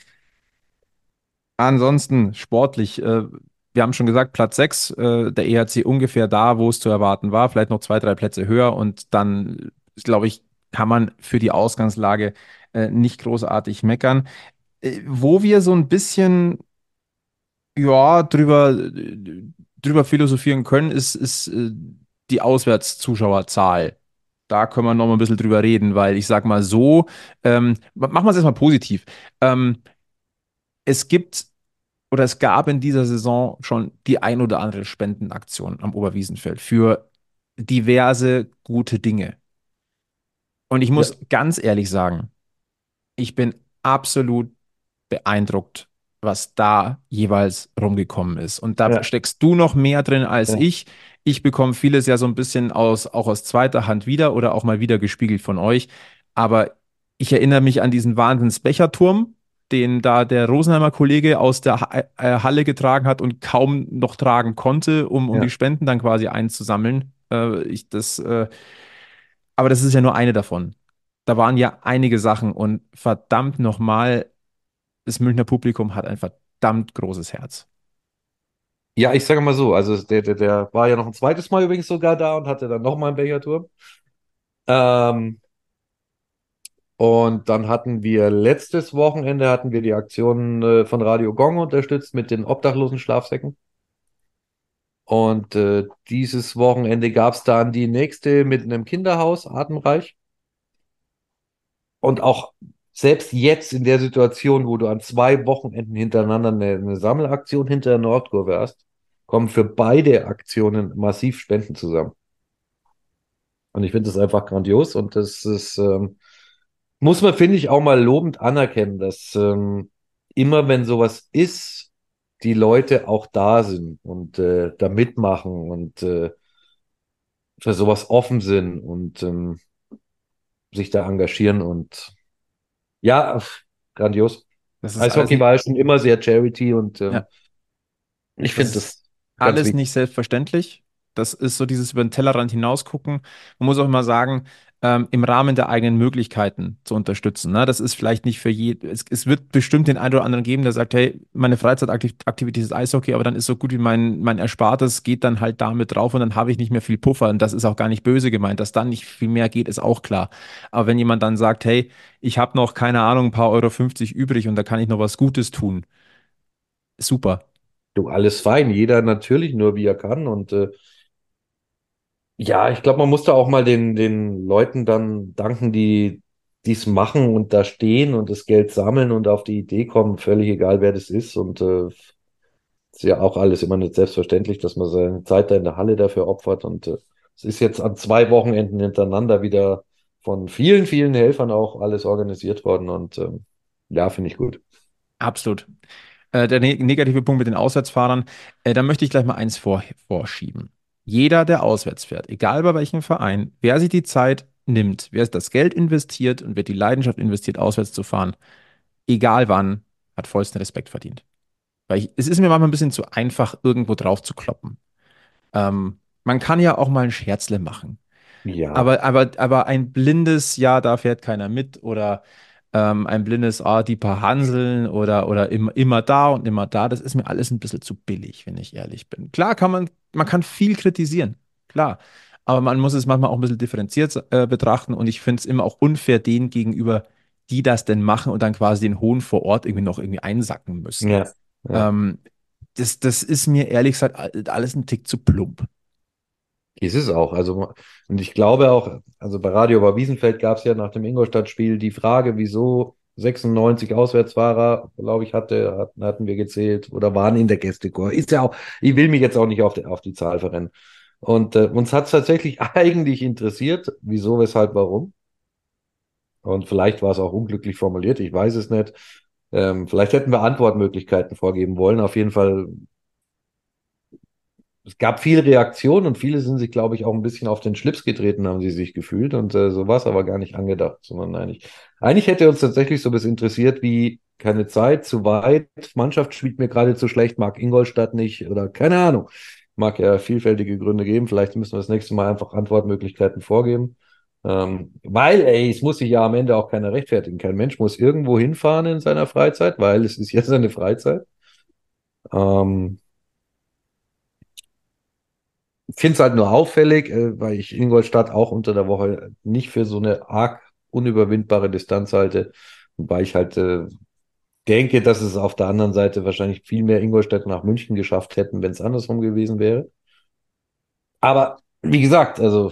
Ansonsten sportlich, äh, wir haben schon gesagt, Platz sechs, äh, der E H C ungefähr da, wo es zu erwarten war, vielleicht noch zwei, drei Plätze höher und dann, glaube ich, kann man für die Ausgangslage äh, nicht großartig meckern. Äh, wo wir so ein bisschen, ja, drüber, äh, drüber philosophieren können, ist, ist äh, die Auswärtszuschauerzahl. Da können wir noch mal ein bisschen drüber reden, weil ich sag mal so, ähm, machen wir es erstmal positiv. Ähm, es gibt oder es gab in dieser Saison schon die ein oder andere Spendenaktion am Oberwiesenfeld für diverse gute Dinge. Und ich Ja, muss ganz ehrlich sagen, ich bin absolut beeindruckt, was da jeweils rumgekommen ist. Und da ja, steckst du noch mehr drin als ja, ich. Ich bekomme vieles ja so ein bisschen aus, auch aus zweiter Hand wieder oder auch mal wieder gespiegelt von euch. Aber ich erinnere mich an diesen Wahnsinns-Becherturm, den da der Rosenheimer Kollege aus der Ha- äh, Halle getragen hat und kaum noch tragen konnte, um, um die ja. Spenden dann quasi einzusammeln. Äh, ich, das, äh, aber das ist ja nur eine davon. Da waren ja einige Sachen und verdammt nochmal, das Münchner Publikum hat ein verdammt großes Herz. Ja, ich sage mal so, also der, der, der war ja noch ein zweites Mal übrigens sogar da und hatte dann nochmal einen Becherturm. Ähm, und dann hatten wir letztes Wochenende hatten wir die Aktion äh, von Radio Gong unterstützt mit den obdachlosen Schlafsäcken. Und äh, dieses Wochenende gab es dann die nächste mit einem Kinderhaus, Atemreich. Und auch selbst jetzt in der Situation, wo du an zwei Wochenenden hintereinander eine, eine Sammelaktion hinter der Nordkurve hast, kommen für beide Aktionen massiv Spenden zusammen. Und ich finde das einfach grandios und das ist, ähm, muss man, finde ich, auch mal lobend anerkennen, dass ähm, immer wenn sowas ist, die Leute auch da sind und äh, da mitmachen und äh, für sowas offen sind und ähm, sich da engagieren und ja, grandios. Das ist alles, Eishockey war ja schon immer sehr Charity und ähm, ja, ich das finde ist das ganz alles wichtig. nicht selbstverständlich. Das ist so dieses über den Tellerrand hinausgucken. Man muss auch immer sagen, ähm, im Rahmen der eigenen Möglichkeiten zu unterstützen. Ne? Das ist vielleicht nicht für jeden. Es, es wird bestimmt den einen oder anderen geben, der sagt, hey, meine Freizeitaktivität ist Eishockey, aber dann ist so gut wie mein, mein Erspartes geht dann halt damit drauf und dann habe ich nicht mehr viel Puffer. Und das ist auch gar nicht böse gemeint. Dass dann nicht viel mehr geht, ist auch klar. Aber wenn jemand dann sagt, hey, ich habe noch, keine Ahnung, ein paar Euro fünfzig übrig und da kann ich noch was Gutes tun, super. Du, alles fein, jeder natürlich nur wie er kann und äh, ja, ich glaube, man muss da auch mal den, den Leuten dann danken, die dies machen und da stehen und das Geld sammeln und auf die Idee kommen, völlig egal, wer das ist und äh, ist ja auch alles immer nicht selbstverständlich, dass man seine Zeit da in der Halle dafür opfert. Und äh, es ist jetzt an zwei Wochenenden hintereinander wieder von vielen, vielen Helfern auch alles organisiert worden. Und ähm, ja, finde ich gut. Absolut. Äh, der ne negative Punkt mit den Auswärtsfahrern, äh, da möchte ich gleich mal eins vor vorschieben. Jeder, der auswärts fährt, egal bei welchem Verein, wer sich die Zeit nimmt, wer das Geld investiert und wer die Leidenschaft investiert, auswärts zu fahren, egal wann, hat vollsten Respekt verdient. Weil ich, es ist mir manchmal ein bisschen zu einfach, irgendwo drauf zu kloppen. Ähm, man kann ja auch mal ein Scherzle machen. Ja, Aber, aber, aber ein blindes, ja, da fährt keiner mit oder ähm, ein blindes, ah, die paar Hanseln oder, oder immer, immer da und immer da, das ist mir alles ein bisschen zu billig, wenn ich ehrlich bin. Klar kann man, man kann viel kritisieren, klar. Aber man muss es manchmal auch ein bisschen differenziert äh, betrachten und ich finde es immer auch unfair denen gegenüber, die das denn machen und dann quasi den Hohn vor Ort irgendwie noch irgendwie einsacken müssen. ja, ja. Ähm, das, das ist mir ehrlich gesagt alles ein Tick zu plump. Ist es auch. Also, und ich glaube auch, also bei Radio Oberwiesenfeld gab es ja nach dem Ingolstadt-Spiel die Frage, wieso sechsundneunzig Auswärtsfahrer, glaube ich, hatte, hatten, hatten wir gezählt oder waren in der Gästekurve. Ist ja auch, ich will mich jetzt auch nicht auf die, auf die Zahl verrennen. Und äh, uns hat es tatsächlich eigentlich interessiert, wieso, weshalb, warum. Und vielleicht war es auch unglücklich formuliert, ich weiß es nicht. Ähm, vielleicht hätten wir Antwortmöglichkeiten vorgeben wollen. Auf jeden Fall, es gab viele Reaktionen und viele sind sich, glaube ich, auch ein bisschen auf den Schlips getreten, haben sie sich gefühlt. Und äh, so war es aber gar nicht angedacht, sondern eigentlich, eigentlich hätte uns tatsächlich so bis interessiert, wie keine Zeit, zu weit, Mannschaft spielt mir gerade zu schlecht, mag Ingolstadt nicht oder keine Ahnung. Mag ja vielfältige Gründe geben. Vielleicht müssen wir das nächste Mal einfach Antwortmöglichkeiten vorgeben. Ähm, weil, ey, es muss sich ja am Ende auch keiner rechtfertigen. Kein Mensch muss irgendwo hinfahren in seiner Freizeit, weil es ist ja seine Freizeit. Ähm, finde es halt nur auffällig, äh, weil ich Ingolstadt auch unter der Woche nicht für so eine arg unüberwindbare Distanz halte. Wobei ich halt äh, denke, dass es auf der anderen Seite wahrscheinlich viel mehr Ingolstadt nach München geschafft hätten, wenn es andersrum gewesen wäre. Aber wie gesagt, also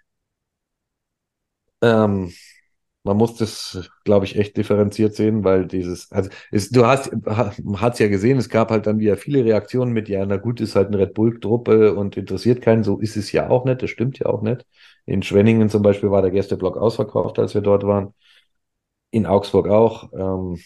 ähm, man muss das, glaube ich, echt differenziert sehen, weil dieses, also es, du hast, hat's ja gesehen, es gab halt dann wieder viele Reaktionen mit, ja, na gut, ist halt eine Red Bull-Truppe und interessiert keinen, so ist es ja auch nicht, das stimmt ja auch nicht. In Schwenningen zum Beispiel war der Gästeblock ausverkauft, als wir dort waren. In Augsburg auch. Ähm,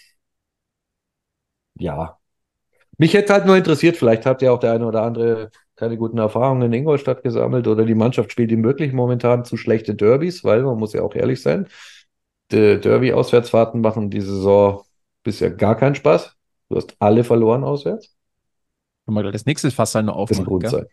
ja, mich hätte halt nur interessiert, vielleicht habt ihr auch der eine oder andere keine guten Erfahrungen in Ingolstadt gesammelt oder die Mannschaft spielt ihm wirklich momentan zu schlechte Derbys, weil man muss ja auch ehrlich sein, die Derby-Auswärtsfahrten machen diese Saison bisher gar keinen Spaß. Du hast alle verloren auswärts. Können wir gleich das nächste Fass halt noch Das ist ein aufmachen, Grund gell? sein.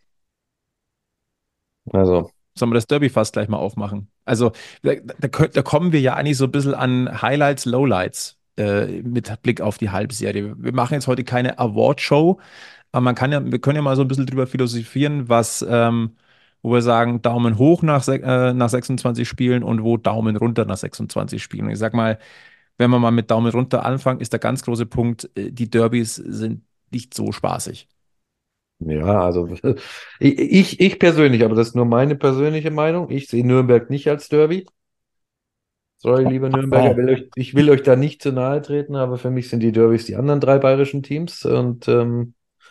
Also, Sollen wir das Derby fast gleich mal aufmachen? Also, da, da, kö- da kommen wir ja eigentlich so ein bisschen an Highlights, Lowlights äh, mit Blick auf die Halbserie. Wir machen jetzt heute keine Award-Show, aber man kann ja, wir können ja mal so ein bisschen drüber philosophieren, was, ähm, wo wir sagen, Daumen hoch nach, sech- äh, nach sechsundzwanzig Spielen und wo Daumen runter nach sechsundzwanzig Spielen. Und ich sag mal, wenn wir mal mit Daumen runter anfangen, ist der ganz große Punkt, äh, die Derbys sind nicht so spaßig. ja, also ich, ich, ich persönlich, aber das ist nur meine persönliche Meinung. Ich sehe Nürnberg nicht als Derby. Sorry, liebe Nürnberger, ich will euch, ich will euch da nicht zu nahe treten, aber für mich sind die Derbys die anderen drei bayerischen Teams. Und ähm,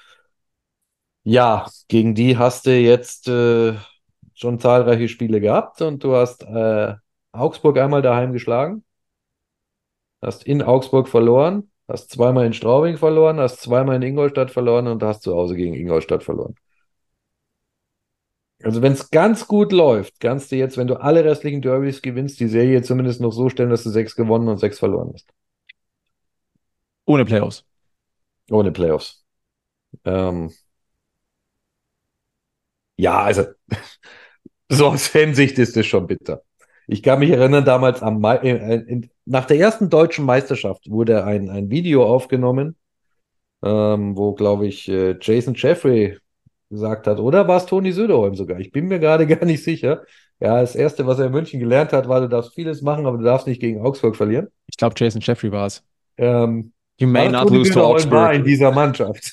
ja, gegen die hast du jetzt äh, schon zahlreiche Spiele gehabt und du hast äh, Augsburg einmal daheim geschlagen. Hast in Augsburg verloren, hast zweimal in Straubing verloren, hast zweimal in Ingolstadt verloren und hast zu Hause gegen Ingolstadt verloren. Also wenn es ganz gut läuft, kannst du jetzt, wenn du alle restlichen Derbys gewinnst, die Serie zumindest noch so stellen, dass du sechs gewonnen und sechs verloren hast. Ohne Playoffs. Ohne Playoffs. Ähm, ja, also so aus Fansicht ist es schon bitter. Ich kann mich erinnern, damals am Mai, äh, in, nach der ersten deutschen Meisterschaft wurde ein, ein Video aufgenommen, ähm, wo, glaube ich, äh, Jason Jeffrey gesagt hat, oder war es Toni Söderholm sogar? Ich bin mir gerade gar nicht sicher. Ja, das Erste, was er in München gelernt hat, war, du darfst vieles machen, aber du darfst nicht gegen Augsburg verlieren. Ich glaube, Jason Jeffrey war es. Ähm, You may aber not Toni lose to Söderholm war Augsburg. in dieser Mannschaft.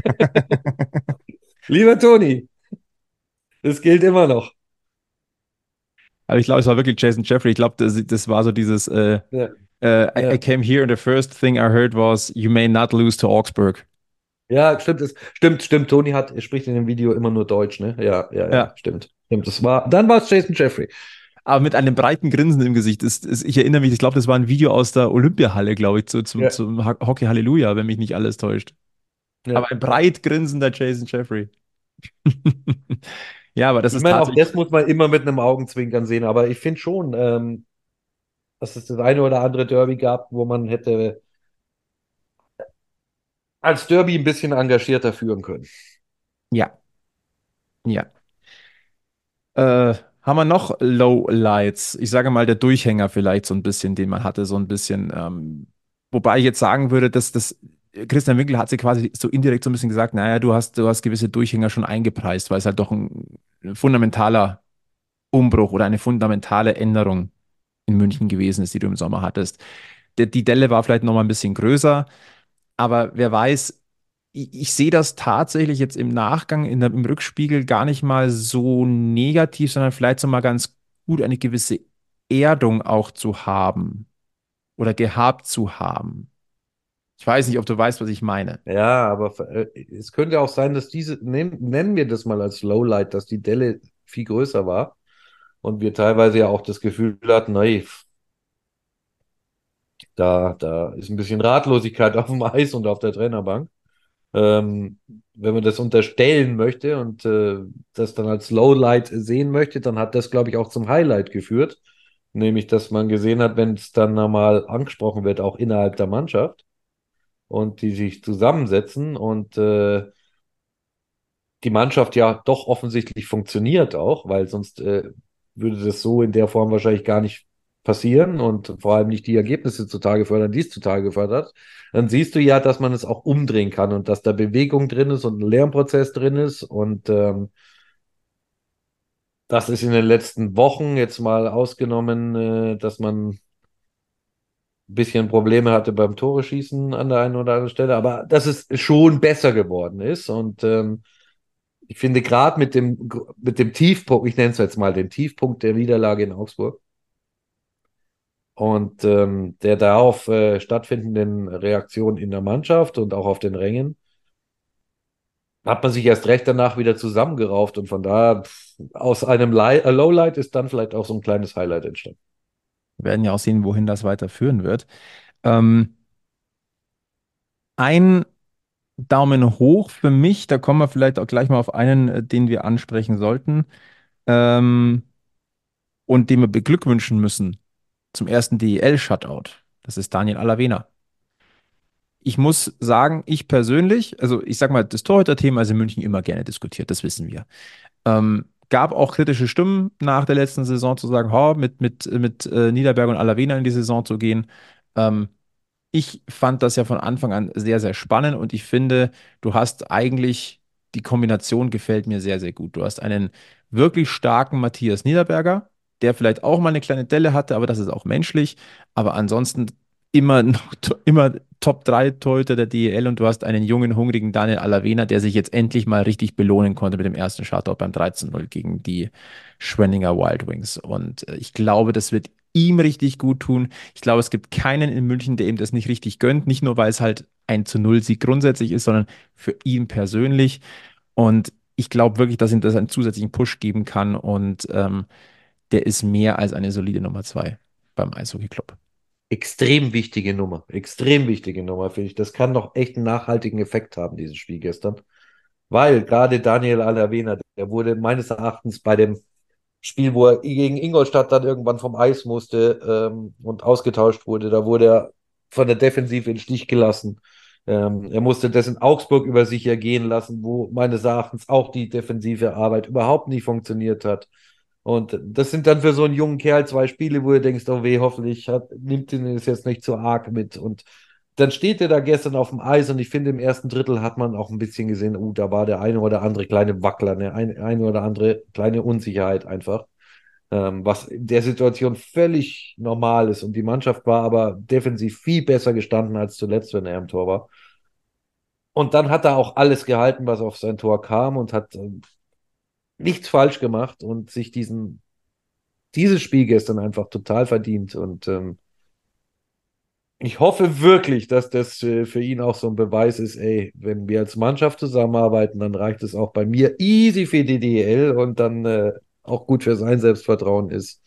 Lieber Toni, das gilt immer noch. Aber ich glaube, es war wirklich Jason Jeffrey. Ich glaube, das, das war so dieses äh, Ja, äh, I, I ja. came here and the first thing I heard was You may not lose to Augsburg. Ja, stimmt, es, stimmt, stimmt. Toni hat, er spricht in dem Video immer nur Deutsch, ne? Ja, ja, ja, Ja. stimmt. Stimmt, das war, dann war es Jason Jeffrey. Aber mit einem breiten Grinsen im Gesicht. Ist, ist, ich erinnere mich, ich glaube, das war ein Video aus der Olympiahalle, glaube ich, zu, zum, Ja, zum Ho- Hockey Halleluja, wenn mich nicht alles täuscht. ja. Aber ein breit grinsender Jason Jeffrey. Ja, aber das Ich ist meine, auch tatsächlich, das muss man immer mit einem Augenzwinkern sehen, aber ich finde schon, ähm, dass es das eine oder andere Derby gab, wo man hätte als Derby ein bisschen engagierter führen können. ja, ja. Äh, haben wir noch Lowlights? Ich sage mal, der Durchhänger vielleicht so ein bisschen, den man hatte, so ein bisschen. Ähm, wobei ich jetzt sagen würde, dass das Christian Winkel hat sie quasi so indirekt so ein bisschen gesagt, naja, du hast, du hast gewisse Durchhänger schon eingepreist, weil es halt doch ein, ein fundamentaler Umbruch oder eine fundamentale Änderung in München gewesen ist, die du im Sommer hattest. Der, die Delle war vielleicht noch mal ein bisschen größer, aber wer weiß, ich, ich sehe das tatsächlich jetzt im Nachgang in der, im Rückspiegel gar nicht mal so negativ, sondern vielleicht so mal ganz gut, eine gewisse Erdung auch zu haben oder gehabt zu haben. Ich weiß nicht, ob du weißt, was ich meine. Ja, aber äh, es könnte auch sein, dass diese, nennen, nennen wir das mal als Lowlight, dass die Delle viel größer war und wir teilweise ja auch das Gefühl hatten, nee, da, da ist ein bisschen Ratlosigkeit auf dem Eis und auf der Trainerbank. Ähm, wenn man das unterstellen möchte und äh, das dann als Lowlight sehen möchte, dann hat das, glaube ich, auch zum Highlight geführt. Nämlich, dass man gesehen hat, wenn es dann nochmal angesprochen wird, auch innerhalb der Mannschaft und die sich zusammensetzen und äh, die Mannschaft ja doch offensichtlich funktioniert auch, weil sonst äh, würde das so in der Form wahrscheinlich gar nicht passieren und vor allem nicht die Ergebnisse zutage fördern, die es zutage gefördert, dann siehst du ja, dass man es auch umdrehen kann und dass da Bewegung drin ist und ein Lernprozess drin ist und ähm, das ist in den letzten Wochen jetzt mal ausgenommen, äh, dass man ein bisschen Probleme hatte beim Tore schießen an der einen oder anderen Stelle, aber dass es schon besser geworden ist und ähm, ich finde gerade mit dem, mit dem Tiefpunkt, ich nenne es jetzt mal den Tiefpunkt der Niederlage in Augsburg und ähm, der darauf äh, stattfindenden Reaktion in der Mannschaft und auch auf den Rängen, hat man sich erst recht danach wieder zusammengerauft und von daher pff, aus einem Li äh, Lowlight ist dann vielleicht auch so ein kleines Highlight entstanden. Wir werden ja auch sehen, wohin das weiterführen wird. Ähm, ein Daumen hoch für mich, da kommen wir vielleicht auch gleich mal auf einen, äh, den wir ansprechen sollten, ähm, und den wir beglückwünschen müssen zum ersten D E L-Shutout. Das ist Daniel Alavena. Ich muss sagen, ich persönlich, also ich sag mal, das Torhüter-Thema ist in München immer gerne diskutiert, das wissen wir. Ähm, gab auch kritische Stimmen nach der letzten Saison zu sagen, oh, mit, mit, mit äh, Niederberg und Alavena in die Saison zu gehen. Ähm, Ich fand das ja von Anfang an sehr, sehr spannend und ich finde, du hast eigentlich, die Kombination gefällt mir sehr, sehr gut. Du hast einen wirklich starken Matthias Niederberger, der vielleicht auch mal eine kleine Delle hatte, aber das ist auch menschlich. Aber ansonsten immer noch, immer Top drei Torhüter der D E L und du hast einen jungen, hungrigen Daniel Alavena, der sich jetzt endlich mal richtig belohnen konnte mit dem ersten Shutout beim dreizehn null gegen die Schwenninger Wild Wings. Und äh, ich glaube, das wird ihm richtig gut tun. Ich glaube, es gibt keinen in München, der ihm das nicht richtig gönnt. Nicht nur, weil es halt ein zu null Sieg grundsätzlich ist, sondern für ihn persönlich. Und ich glaube wirklich, dass ihm das einen zusätzlichen Push geben kann. Und ähm, der ist mehr als eine solide Nummer zwei beim Eishockey-Club. Extrem wichtige Nummer, extrem wichtige Nummer, finde ich. Das kann doch echt einen nachhaltigen Effekt haben, dieses Spiel gestern. Weil gerade Daniel Alavena, der wurde meines Erachtens bei dem Spiel, wo er gegen Ingolstadt dann irgendwann vom Eis musste ähm, und ausgetauscht wurde, da wurde er von der Defensive in den Stich gelassen. Ähm, er musste das in Augsburg über sich ergehen lassen, wo meines Erachtens auch die defensive Arbeit überhaupt nicht funktioniert hat. Und das sind dann für so einen jungen Kerl zwei Spiele, wo du denkst, oh weh, hoffentlich hat, nimmt ihn das jetzt nicht zu arg mit. Und dann steht er da gestern auf dem Eis und ich finde, im ersten Drittel hat man auch ein bisschen gesehen, uh, da war der eine oder andere kleine Wackler, eine, eine, eine oder andere kleine Unsicherheit einfach, ähm, was in der Situation völlig normal ist. Und die Mannschaft war aber defensiv viel besser gestanden als zuletzt, wenn er im Tor war. Und dann hat er auch alles gehalten, was auf sein Tor kam und hat ähm, nichts falsch gemacht und sich diesen, dieses Spiel gestern einfach total verdient. Und ähm, Ich hoffe wirklich, dass das äh, für ihn auch so ein Beweis ist, ey, wenn wir als Mannschaft zusammenarbeiten, dann reicht es auch bei mir easy für die D L und dann äh, auch gut für sein Selbstvertrauen ist.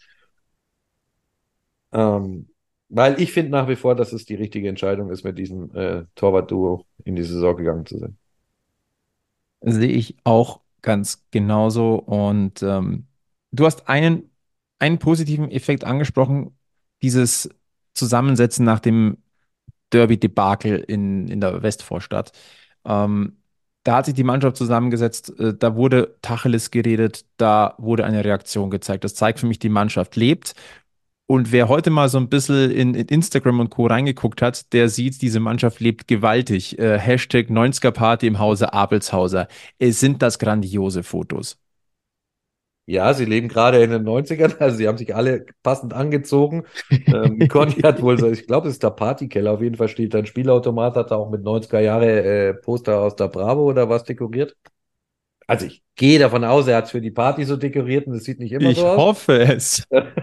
Ähm, weil ich finde nach wie vor, dass es die richtige Entscheidung ist, mit diesem äh, Torwart-Duo in die Saison gegangen zu sein. Sehe ich auch ganz genauso. Und ähm, du hast einen, einen positiven Effekt angesprochen, dieses Zusammensetzen nach dem Derby-Debakel in, in der Westvorstadt. Ähm, Da hat sich die Mannschaft zusammengesetzt, äh, da wurde Tacheles geredet, da wurde eine Reaktion gezeigt. Das zeigt für mich, die Mannschaft lebt. Und wer heute mal so ein bisschen in, in Instagram und Co. reingeguckt hat, der sieht, diese Mannschaft lebt gewaltig. Äh, Hashtag neunziger Party im Hause Abelshauser. Es sind das grandiose Fotos. Ja, sie leben gerade in den Neunzigern, also sie haben sich alle passend angezogen. Ähm, Conny hat wohl so, ich glaube, es ist der Partykeller, auf jeden Fall steht da ein Spielautomat, hat er auch mit neunziger Jahre äh, Poster aus der Bravo oder was dekoriert. Also ich gehe davon aus, er hat es für die Party so dekoriert und es sieht nicht immer so Ich aus. hoffe es.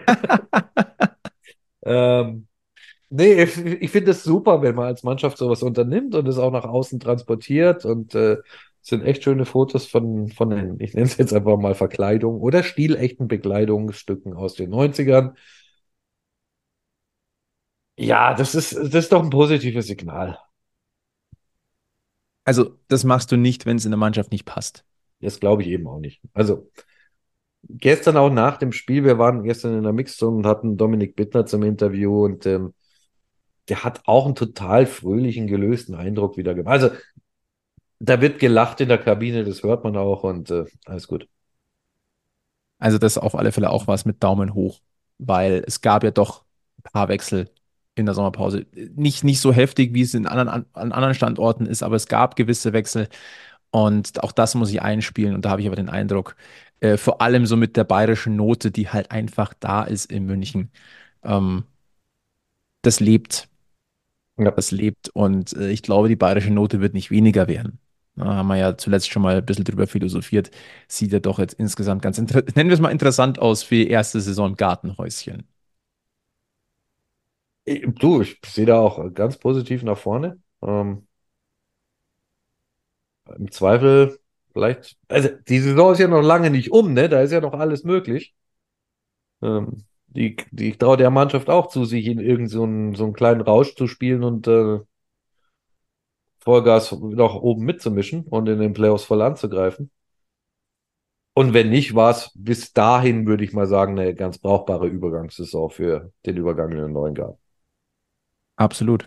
Ähm, nee, ich, ich finde es super, wenn man als Mannschaft sowas unternimmt und es auch nach außen transportiert und äh, es sind echt schöne Fotos von, von den, ich nenne es jetzt einfach mal Verkleidung oder stilechten Bekleidungsstücken aus den Neunzigern. Ja, das ist, das ist doch ein positives Signal. Also, das machst du nicht, wenn es in der Mannschaft nicht passt. Das glaube ich eben auch nicht. Also gestern auch nach dem Spiel, wir waren gestern in der Mixzone und hatten Dominik Bittner zum Interview und ähm, der hat auch einen total fröhlichen, gelösten Eindruck wieder gemacht. Also da wird gelacht in der Kabine, das hört man auch und äh, alles gut. Also, das ist auf alle Fälle auch was mit Daumen hoch, weil es gab ja doch ein paar Wechsel in der Sommerpause. Nicht, nicht so heftig, wie es in anderen, an, an anderen Standorten ist, aber es gab gewisse Wechsel und auch das muss ich einspielen. Und da habe ich aber den Eindruck, äh, vor allem so mit der bayerischen Note, die halt einfach da ist in München, ähm, das lebt. Ja. Das lebt. Und äh, ich glaube, die bayerische Note wird nicht weniger werden. Da haben wir ja zuletzt schon mal ein bisschen drüber philosophiert. Sieht ja doch jetzt insgesamt ganz interessant, nennen wir es mal interessant aus für die erste Saison im Gartenhäuschen. Ich- Du, ich sehe da auch ganz positiv nach vorne. Ähm, im Zweifel vielleicht, also die Saison ist ja noch lange nicht um, ne? Da ist ja noch alles möglich. Ähm, die, die, ich traue der Mannschaft auch zu, sich in irgendeinen so einen, so einen kleinen Rausch zu spielen und äh, Vollgas noch oben mitzumischen und in den Playoffs voll anzugreifen. Und wenn nicht, war es bis dahin, würde ich mal sagen, eine ganz brauchbare Übergangssaison für den Übergang in den neuen Garten. Absolut.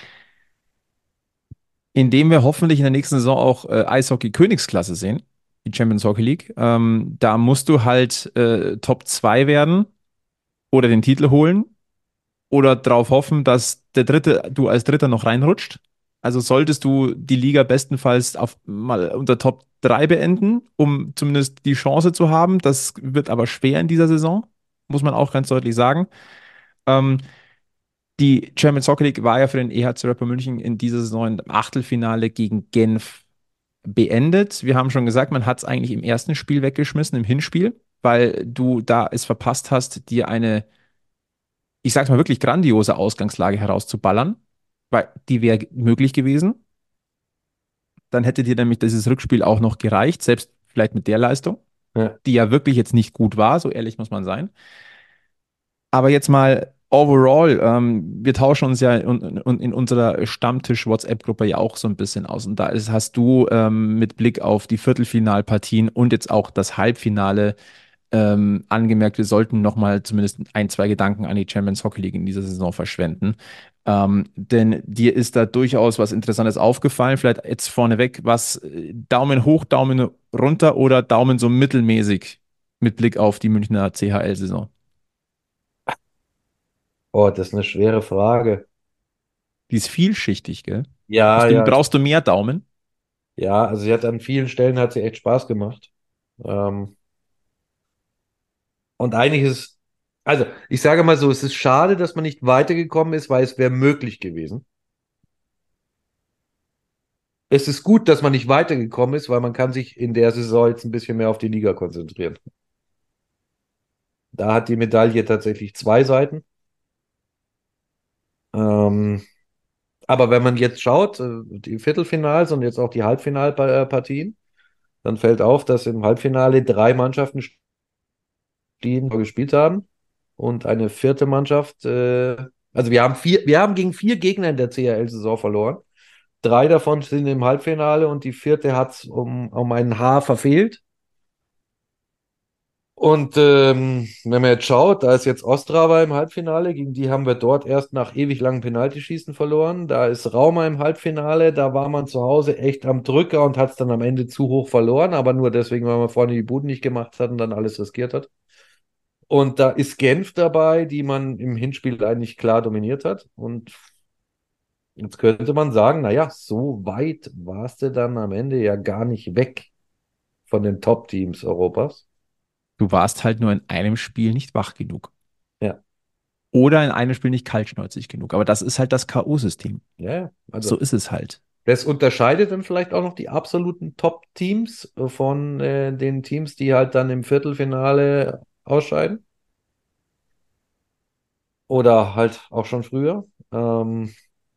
Indem wir hoffentlich in der nächsten Saison auch äh, Eishockey-Königsklasse sehen, die Champions Hockey League. Ähm, da musst du halt äh, Top zwei werden oder den Titel holen oder darauf hoffen, dass der Dritte, du als Dritter noch reinrutscht. Also solltest du die Liga bestenfalls auf mal unter Top drei beenden, um zumindest die Chance zu haben. Das wird aber schwer in dieser Saison, muss man auch ganz deutlich sagen. Ähm, Die Champions Hockey League war ja für den E H C Rapper München in dieser Saison im Achtelfinale gegen Genf beendet. Wir haben schon gesagt, man hat es eigentlich im ersten Spiel weggeschmissen, im Hinspiel, weil du da es verpasst hast, dir eine, ich sag's mal wirklich grandiose Ausgangslage herauszuballern, weil die wäre möglich gewesen. Dann hätte dir nämlich dieses Rückspiel auch noch gereicht, selbst vielleicht mit der Leistung, Ja, die ja wirklich jetzt nicht gut war, so ehrlich muss man sein. Aber jetzt mal overall, ähm, wir tauschen uns ja in, in, in unserer Stammtisch-WhatsApp-Gruppe ja auch so ein bisschen aus. Und da ist, hast du ähm, mit Blick auf die Viertelfinalpartien und jetzt auch das Halbfinale ähm, angemerkt, wir sollten nochmal zumindest ein, zwei Gedanken an die Champions Hockey League in dieser Saison verschwenden. Ähm, denn dir ist da durchaus was Interessantes aufgefallen. Vielleicht jetzt vorneweg, was äh, Daumen hoch, Daumen runter oder Daumen so mittelmäßig mit Blick auf die Münchner C H L-Saison. oh, das ist eine schwere Frage. Die ist vielschichtig, gell? Ja, Brauchst du, ja, brauchst du mehr Daumen? ja, also sie hat an vielen Stellen hat sie echt Spaß gemacht. Ähm, und eigentlich ist, also ich sage mal so, es ist schade, dass man nicht weitergekommen ist, weil es wäre möglich gewesen. Es ist gut, dass man nicht weitergekommen ist, weil man kann sich in der Saison jetzt ein bisschen mehr auf die Liga konzentrieren. Da hat die Medaille tatsächlich zwei Seiten. Ähm, Aber wenn man jetzt schaut, äh, die Viertelfinals und jetzt auch die Halbfinalpartien, dann fällt auf, dass im Halbfinale drei Mannschaften stehen, gespielt haben und eine vierte Mannschaft, äh, also wir haben vier, wir haben gegen vier Gegner in der C H L-Saison verloren. Drei davon sind im Halbfinale und die vierte hat es um, um ein Haar verfehlt. Und ähm, wenn man jetzt schaut, da ist jetzt Ostrava im Halbfinale, gegen die haben wir dort erst nach ewig langem Penaltyschießen verloren. Da ist Rauma im Halbfinale, da war man zu Hause echt am Drücker und hat es dann am Ende zu hoch verloren, aber nur deswegen, weil man vorne die Buden nicht gemacht hat und dann alles riskiert hat. Und da ist Genf dabei, die man im Hinspiel eigentlich klar dominiert hat. Und jetzt könnte man sagen, naja, so weit warst du dann am Ende ja gar nicht weg von den Top-Teams Europas. Du warst halt nur in einem Spiel nicht wach genug. Ja, Oder in einem Spiel nicht kaltschnäuzig genug. Aber das ist halt das K O-System. ja, ja. So Also ist es halt. das unterscheidet dann vielleicht auch noch die absoluten Top-Teams von äh, den Teams, die halt dann im Viertelfinale ausscheiden. Oder halt auch schon früher. Ähm,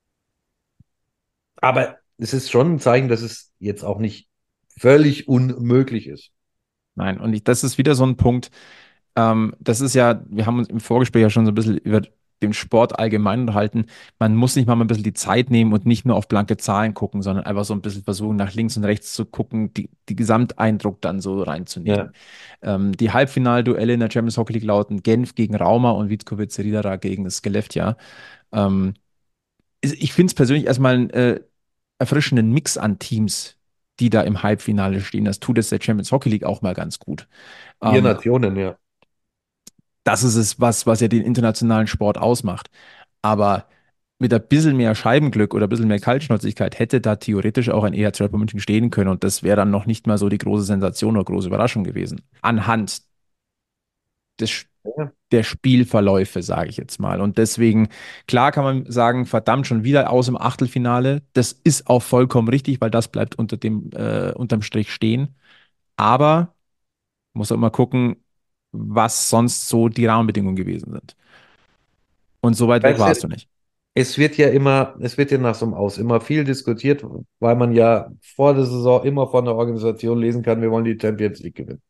aber es ist schon ein Zeichen, dass es jetzt auch nicht völlig unmöglich ist. Nein, und ich, das ist wieder so ein Punkt. Ähm, das ist ja, wir haben uns im Vorgespräch ja schon so ein bisschen über den Sport allgemein unterhalten. Man muss sich mal ein bisschen die Zeit nehmen und nicht nur auf blanke Zahlen gucken, sondern einfach so ein bisschen versuchen, nach links und rechts zu gucken, die, die Gesamteindruck dann so reinzunehmen. Ja. Ähm, die Halbfinalduelle in der Champions Hockey League lauten Genf gegen Rauma und Vitkovice Riedera gegen das Skellefteå. Ähm, ich finde es persönlich erstmal einen äh, erfrischenden Mix an Teams, die da im Halbfinale stehen. Das tut es der Champions Hockey League auch mal ganz gut. Vier Ähm, Nationen, ja. Das ist es, was, was ja den internationalen Sport ausmacht. Aber mit ein bisschen mehr Scheibenglück oder ein bisschen mehr Kaltschnäuzigkeit hätte da theoretisch auch ein E H C Red Bull München stehen können und das wäre dann noch nicht mal so die große Sensation oder große Überraschung gewesen. Anhand des, Ja. der Spielverläufe, sage ich jetzt mal. Und deswegen, klar kann man sagen, verdammt, schon wieder aus dem Achtelfinale. Das ist auch vollkommen richtig, weil das bleibt unter dem, äh, unterm Strich stehen. Aber muss auch immer gucken, was sonst so die Rahmenbedingungen gewesen sind. Und so weit weg Weißt warst du, du nicht. es wird ja immer, es wird ja nach so einem Aus immer viel diskutiert, weil man ja vor der Saison immer von der Organisation lesen kann, wir wollen die Champions League gewinnen.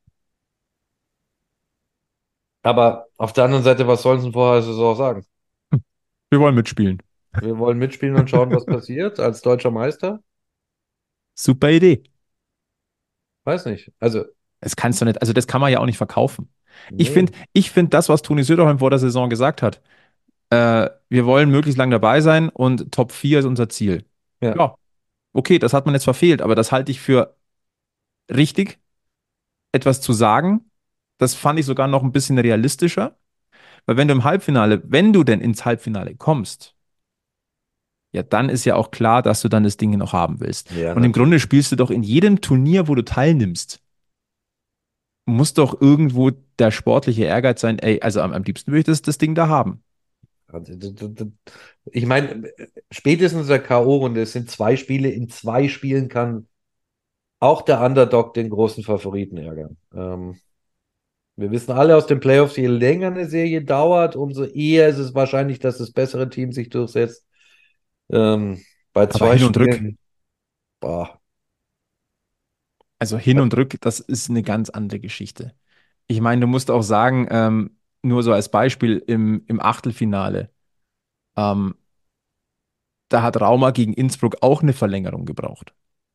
Aber auf der anderen Seite, was sollen sie vorher der Saison sagen? Wir wollen mitspielen. Wir wollen mitspielen und schauen, was passiert als deutscher Meister? Super Idee. Weiß nicht. Also, Das kannst du nicht, also das kann man ja auch nicht verkaufen. Ich nee. finde, ich finde das, was Toni Söderholm vor der Saison gesagt hat, äh, wir wollen möglichst lang dabei sein und Top vier ist unser Ziel. Ja, Ja, okay, das hat man jetzt verfehlt, aber das halte ich für richtig, etwas zu sagen. Das fand ich sogar noch ein bisschen realistischer, weil wenn du im Halbfinale, wenn du denn ins Halbfinale kommst, ja, dann ist ja auch klar, dass du dann das Ding noch haben willst. ja, Und im Grunde natürlich. spielst du doch in jedem Turnier, wo du teilnimmst, muss doch irgendwo der sportliche Ehrgeiz sein, ey, also am, am liebsten würde ich das, das Ding da haben. Also, d- d- d- Ich meine, spätestens in der K O-Runde, es sind zwei Spiele, in zwei Spielen kann auch der Underdog den großen Favoriten ärgern. Ähm, wir wissen alle aus den Playoffs, je länger eine Serie dauert, umso eher ist es wahrscheinlich, dass das bessere Team sich durchsetzt. Ähm, bei Aber zwei hin und rück, Spielen, boah, also hin und rück, das ist eine ganz andere Geschichte. Ich meine, du musst auch sagen, ähm, nur so als Beispiel im, im Achtelfinale, ähm, da hat Rauma gegen Innsbruck auch eine Verlängerung gebraucht.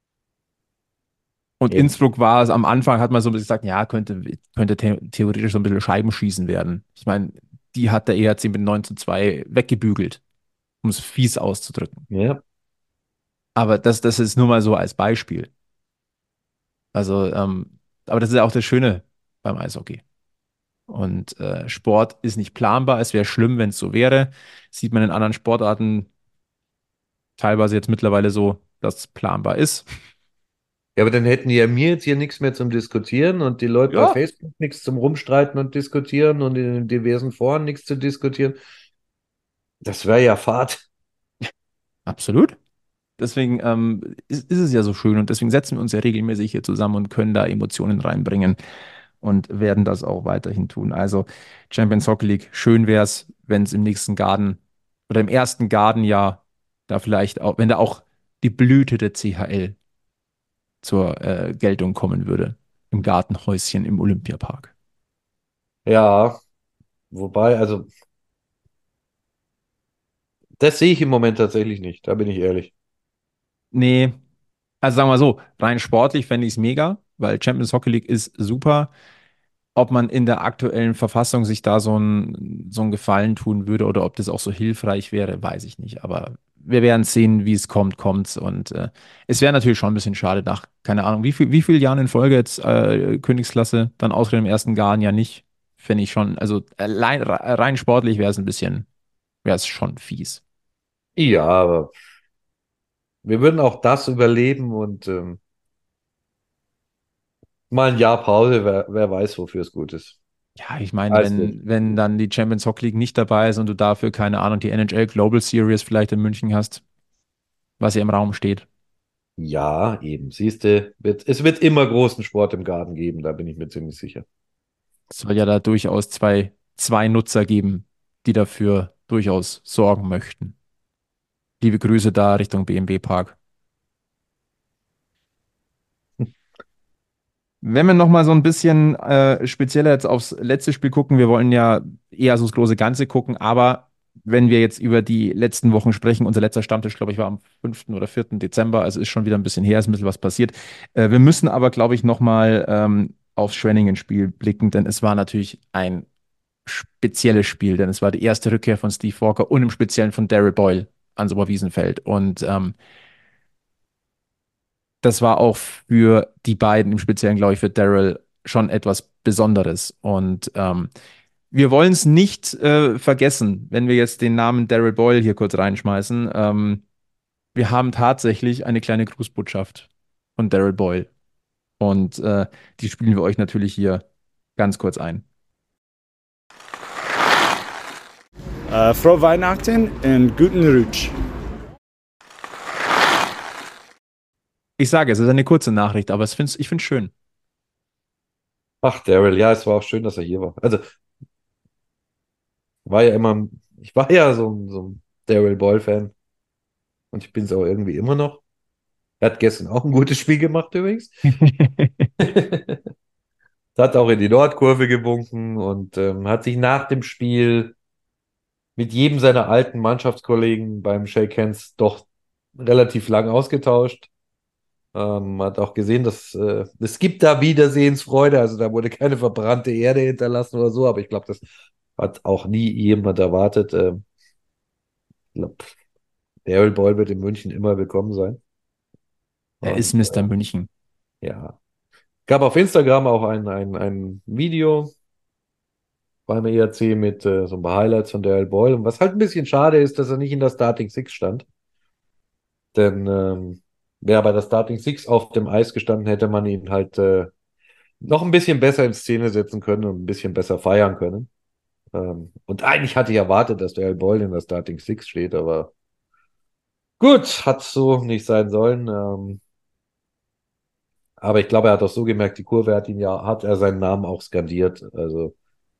Und eben. Innsbruck war es am Anfang, hat man so ein bisschen gesagt, ja, könnte, könnte the theoretisch so ein bisschen Scheibenschießen werden. Ich meine, die hat der E H C mit neun zu zwei weggebügelt, um es fies auszudrücken. Ja. Aber das, das ist nur mal so als Beispiel. Also, ähm, aber das ist ja auch das Schöne beim Eishockey. Und äh, Sport ist nicht planbar. Es wäre schlimm, wenn es so wäre. Sieht man in anderen Sportarten teilweise jetzt mittlerweile so, dass es planbar ist. Ja, aber dann hätten die ja mir jetzt hier nichts mehr zum Diskutieren und die Leute bei Ja, Facebook nichts zum Rumstreiten und Diskutieren und in den diversen Foren nichts zu diskutieren. Das wäre ja Fahrt. absolut. Deswegen ähm, ist, ist es ja so schön und deswegen setzen wir uns ja regelmäßig hier zusammen und können da Emotionen reinbringen und werden das auch weiterhin tun. Also Champions Hockey League, schön wäre es, wenn es im nächsten Garden oder im ersten Gardenjahr da vielleicht auch, wenn da auch die Blüte der C H L zur äh, Geltung kommen würde. Im Gartenhäuschen im Olympiapark. Ja, wobei, also das sehe ich im Moment tatsächlich nicht, da bin ich ehrlich. Nee, also sagen wir mal so, rein sportlich fände ich es mega, weil Champions Hockey League ist super. Ob man in der aktuellen Verfassung sich da so ein, so ein Gefallen tun würde oder ob das auch so hilfreich wäre, weiß ich nicht. Aber wir werden sehen, wie es kommt, kommt's. Und äh, es wäre natürlich schon ein bisschen schade nach, keine Ahnung, wie viel, wie viele Jahren in Folge jetzt äh, Königsklasse, dann ausgerechnet im ersten Garn ja nicht. Fände ich schon, also allein, rein sportlich wäre es ein bisschen, wäre es schon fies. Ja, aber wir würden auch das überleben und ähm, mal ein Jahr Pause, wer, wer weiß, wofür es gut ist. Ja, ich meine, Alles gut. wenn, wenn dann die Champions Hockey League nicht dabei ist und du dafür, keine Ahnung, die N H L Global Series vielleicht in München hast, was ja im Raum steht. Ja, eben, siehst du, wird, es wird immer großen Sport im Garten geben, da bin ich mir ziemlich sicher. Es soll ja da durchaus zwei, zwei Nutzer geben, die dafür durchaus sorgen möchten. Liebe Grüße da Richtung B M W Park. Wenn wir nochmal so ein bisschen äh, spezieller jetzt aufs letzte Spiel gucken, wir wollen ja eher so das große Ganze gucken, aber wenn wir jetzt über die letzten Wochen sprechen, unser letzter Stammtisch, glaube ich, war am fünften oder vierten Dezember, also ist schon wieder ein bisschen her, ist ein bisschen was passiert. Äh, wir müssen aber, glaube ich, nochmal ähm, aufs Schwenningen-Spiel blicken, denn es war natürlich ein spezielles Spiel, denn es war die erste Rückkehr von Steve Walker und im Speziellen von Daryl Boyle ans Oberwiesenfeld. Und ähm, das war auch für die beiden, im Speziellen, glaube ich, für Daryl schon etwas Besonderes. Und ähm, wir wollen es nicht äh, vergessen, wenn wir jetzt den Namen Daryl Boyle hier kurz reinschmeißen. Ähm, wir haben tatsächlich eine kleine Grußbotschaft von Daryl Boyle. Und äh, die spielen wir euch natürlich hier ganz kurz ein. Äh, frohe Weihnachten und guten Rutsch. Ich sage, es ist eine kurze Nachricht, aber es find's, ich finde es schön. Ach, Daryl, ja, es war auch schön, dass er hier war. Also, war ja immer, ich war ja so, ein- so ein Daryl Boyle-Fan und ich bin es auch irgendwie immer noch. Er hat gestern auch ein gutes Spiel gemacht übrigens. Hat auch in die Nordkurve gewunken und ähm, hat sich nach dem Spiel mit jedem seiner alten Mannschaftskollegen beim Shake Hands doch relativ lang ausgetauscht. Ähm, hat auch gesehen, dass äh, es gibt da Wiedersehensfreude, also da wurde keine verbrannte Erde hinterlassen oder so, aber ich glaube, das hat auch nie jemand erwartet. Ähm, ich glaube, Daryl Boyle wird in München immer willkommen sein. Er ist Und Mister äh, München. ja, gab auf Instagram auch ein, ein, ein Video beim E R C mit äh, so ein paar Highlights von Daryl Boyle. Und was halt ein bisschen schade ist, dass er nicht in der Starting Six stand. Denn ähm, wäre bei der Starting Six auf dem Eis gestanden, hätte man ihn halt äh, noch ein bisschen besser in Szene setzen können und ein bisschen besser feiern können. Ähm, und eigentlich hatte ich erwartet, dass Daryl Boyle in der Starting Six steht, aber gut, hat so nicht sein sollen. Ähm, aber ich glaube, er hat auch so gemerkt, die Kurve hat ihn ja, hat er seinen Namen auch skandiert. Also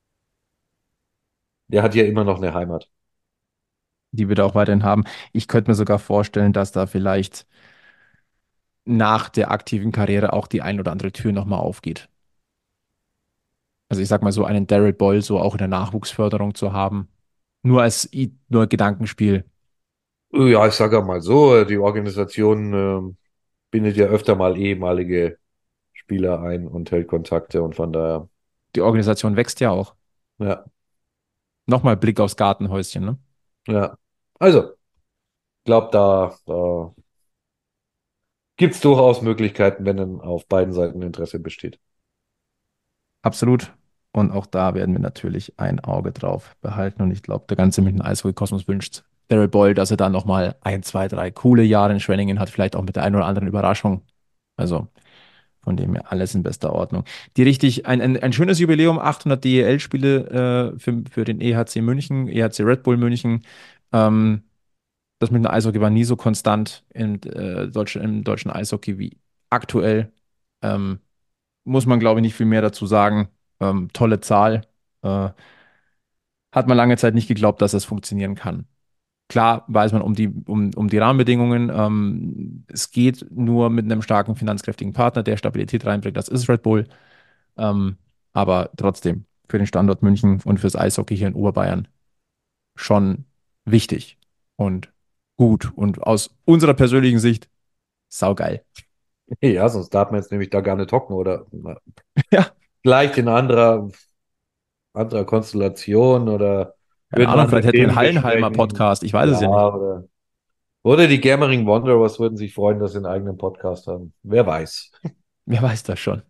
der hat ja immer noch eine Heimat. Die wir da auch weiterhin haben. Ich könnte mir sogar vorstellen, dass da vielleicht nach der aktiven Karriere auch die ein oder andere Tür nochmal aufgeht. Also ich sag mal so, einen Daryl Boyle so auch in der Nachwuchsförderung zu haben. Nur als I- nur Gedankenspiel. Ja, ich sage mal so, die Organisation ähm, bindet ja öfter mal ehemalige Spieler ein und hält Kontakte und von daher, Die Organisation wächst ja auch. ja, Nochmal Blick aufs Gartenhäuschen, ne? ja. Also, glaube, da, da gibt es durchaus Möglichkeiten, wenn dann auf beiden Seiten Interesse besteht. Absolut. Und auch da werden wir natürlich ein Auge drauf behalten. Und ich glaube, der ganze München Eishockey-Kosmos wünscht Daryl Boyle, dass er da nochmal ein, zwei, drei coole Jahre in Schwenningen hat, vielleicht auch mit der einen oder anderen Überraschung. Also von dem her alles in bester Ordnung. Die richtig, ein, ein, ein schönes Jubiläum, achthundert D E L-Spiele äh, für, für den E H C München, E H C Red Bull München. Ähm, das Münchner Eishockey war nie so konstant in, äh, Deutsch, im deutschen Eishockey wie aktuell. Ähm, muss man, glaube ich, nicht viel mehr dazu sagen. Ähm, tolle Zahl. Äh, hat man lange Zeit nicht geglaubt, dass das funktionieren kann. Klar weiß man um die, um, um die Rahmenbedingungen. Ähm, es geht nur mit einem starken, finanzkräftigen Partner, der Stabilität reinbringt. Das ist Red Bull. Ähm, aber trotzdem für den Standort München und fürs Eishockey hier in Oberbayern schon wichtig und gut. Und aus unserer persönlichen Sicht saugeil. Ja, sonst darf man jetzt nämlich da gar nicht hocken oder Ja, vielleicht in anderer, anderer Konstellation oder keine würden Ahnung, andere vielleicht hätten wir einen Themen Hallenhalmer besprechen. Podcast. Ich weiß Ja, es ja nicht. oder, oder die Germering Wanderers würden sich freuen, dass sie einen eigenen Podcast haben. Wer weiß. Wer weiß das schon?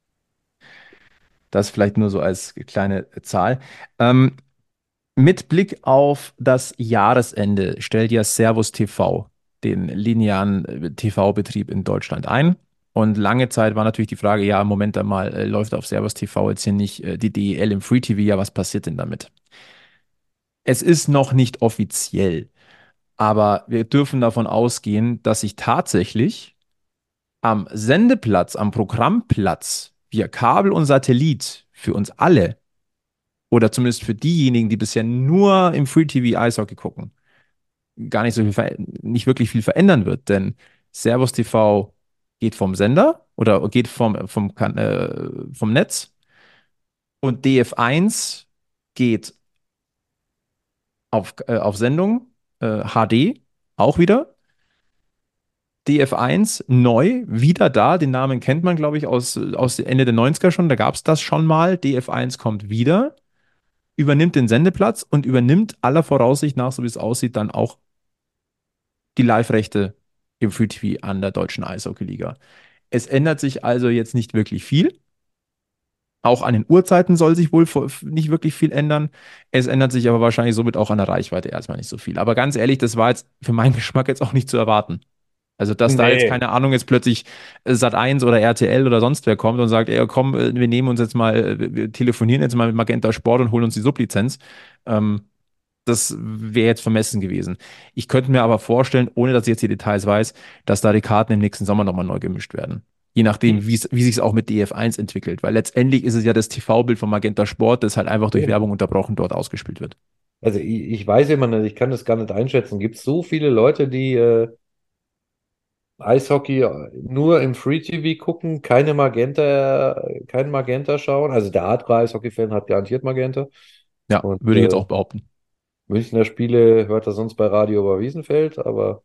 Das vielleicht nur so als kleine Zahl. Ähm, mit Blick auf das Jahresende stellt ja Servus T V den linearen äh, T V-Betrieb in Deutschland ein. Und lange Zeit war natürlich die Frage, ja, Moment einmal, äh, läuft auf Servus T V jetzt hier nicht äh, die D E L im Free T V? Ja, was passiert denn damit? Es ist noch nicht offiziell, aber wir dürfen davon ausgehen, dass sich tatsächlich am Sendeplatz, am Programmplatz via Kabel und Satellit für uns alle oder zumindest für diejenigen, die bisher nur im Free T V Eishockey gucken, gar nicht so viel, ver- nicht wirklich viel verändern wird, denn Servus T V geht vom Sender oder geht vom, vom, kan- äh, vom Netz und D F eins geht auf, äh, auf Sendung, äh, H D auch wieder. D F eins neu, wieder da. Den Namen kennt man, glaube ich, aus, aus Ende der neunziger schon. Da gab es das schon mal. D F eins kommt wieder, übernimmt den Sendeplatz und übernimmt aller Voraussicht nach, so wie es aussieht, dann auch die Live-Rechte im Free T V an der deutschen Eishockey-Liga. Es ändert sich also jetzt nicht wirklich viel. Auch an den Uhrzeiten soll sich wohl vor- nicht wirklich viel ändern. Es ändert sich aber wahrscheinlich somit auch an der Reichweite erstmal nicht so viel. Aber ganz ehrlich, das war jetzt für meinen Geschmack jetzt auch nicht zu erwarten. Also, dass da jetzt, Nee. keine Ahnung, jetzt plötzlich äh, Sat eins oder R T L oder sonst wer kommt und sagt, ey, komm, äh, wir nehmen uns jetzt mal, äh, wir telefonieren jetzt mal mit Magenta Sport und holen uns die Sublizenz. Ähm, Das wäre jetzt vermessen gewesen. Ich könnte mir aber vorstellen, ohne dass ich jetzt die Details weiß, dass da die Karten im nächsten Sommer nochmal neu gemischt werden. Je nachdem, wie es- wie sich es auch mit D F eins entwickelt. Weil letztendlich ist es ja das T V-Bild von Magenta Sport, das halt einfach durch Eben. Werbung unterbrochen dort ausgespielt wird. Also ich, ich weiß immer nicht, ich kann das gar nicht einschätzen. Gibt es so viele Leute, die äh, Eishockey nur im Free-T V gucken, keine Magenta, kein Magenta schauen? Also der Hardcore-Eishockey-Fan hat garantiert Magenta. Ja, Und würde ich jetzt äh, auch behaupten. Münchner Spiele hört er sonst bei Radio Oberwiesenfeld, aber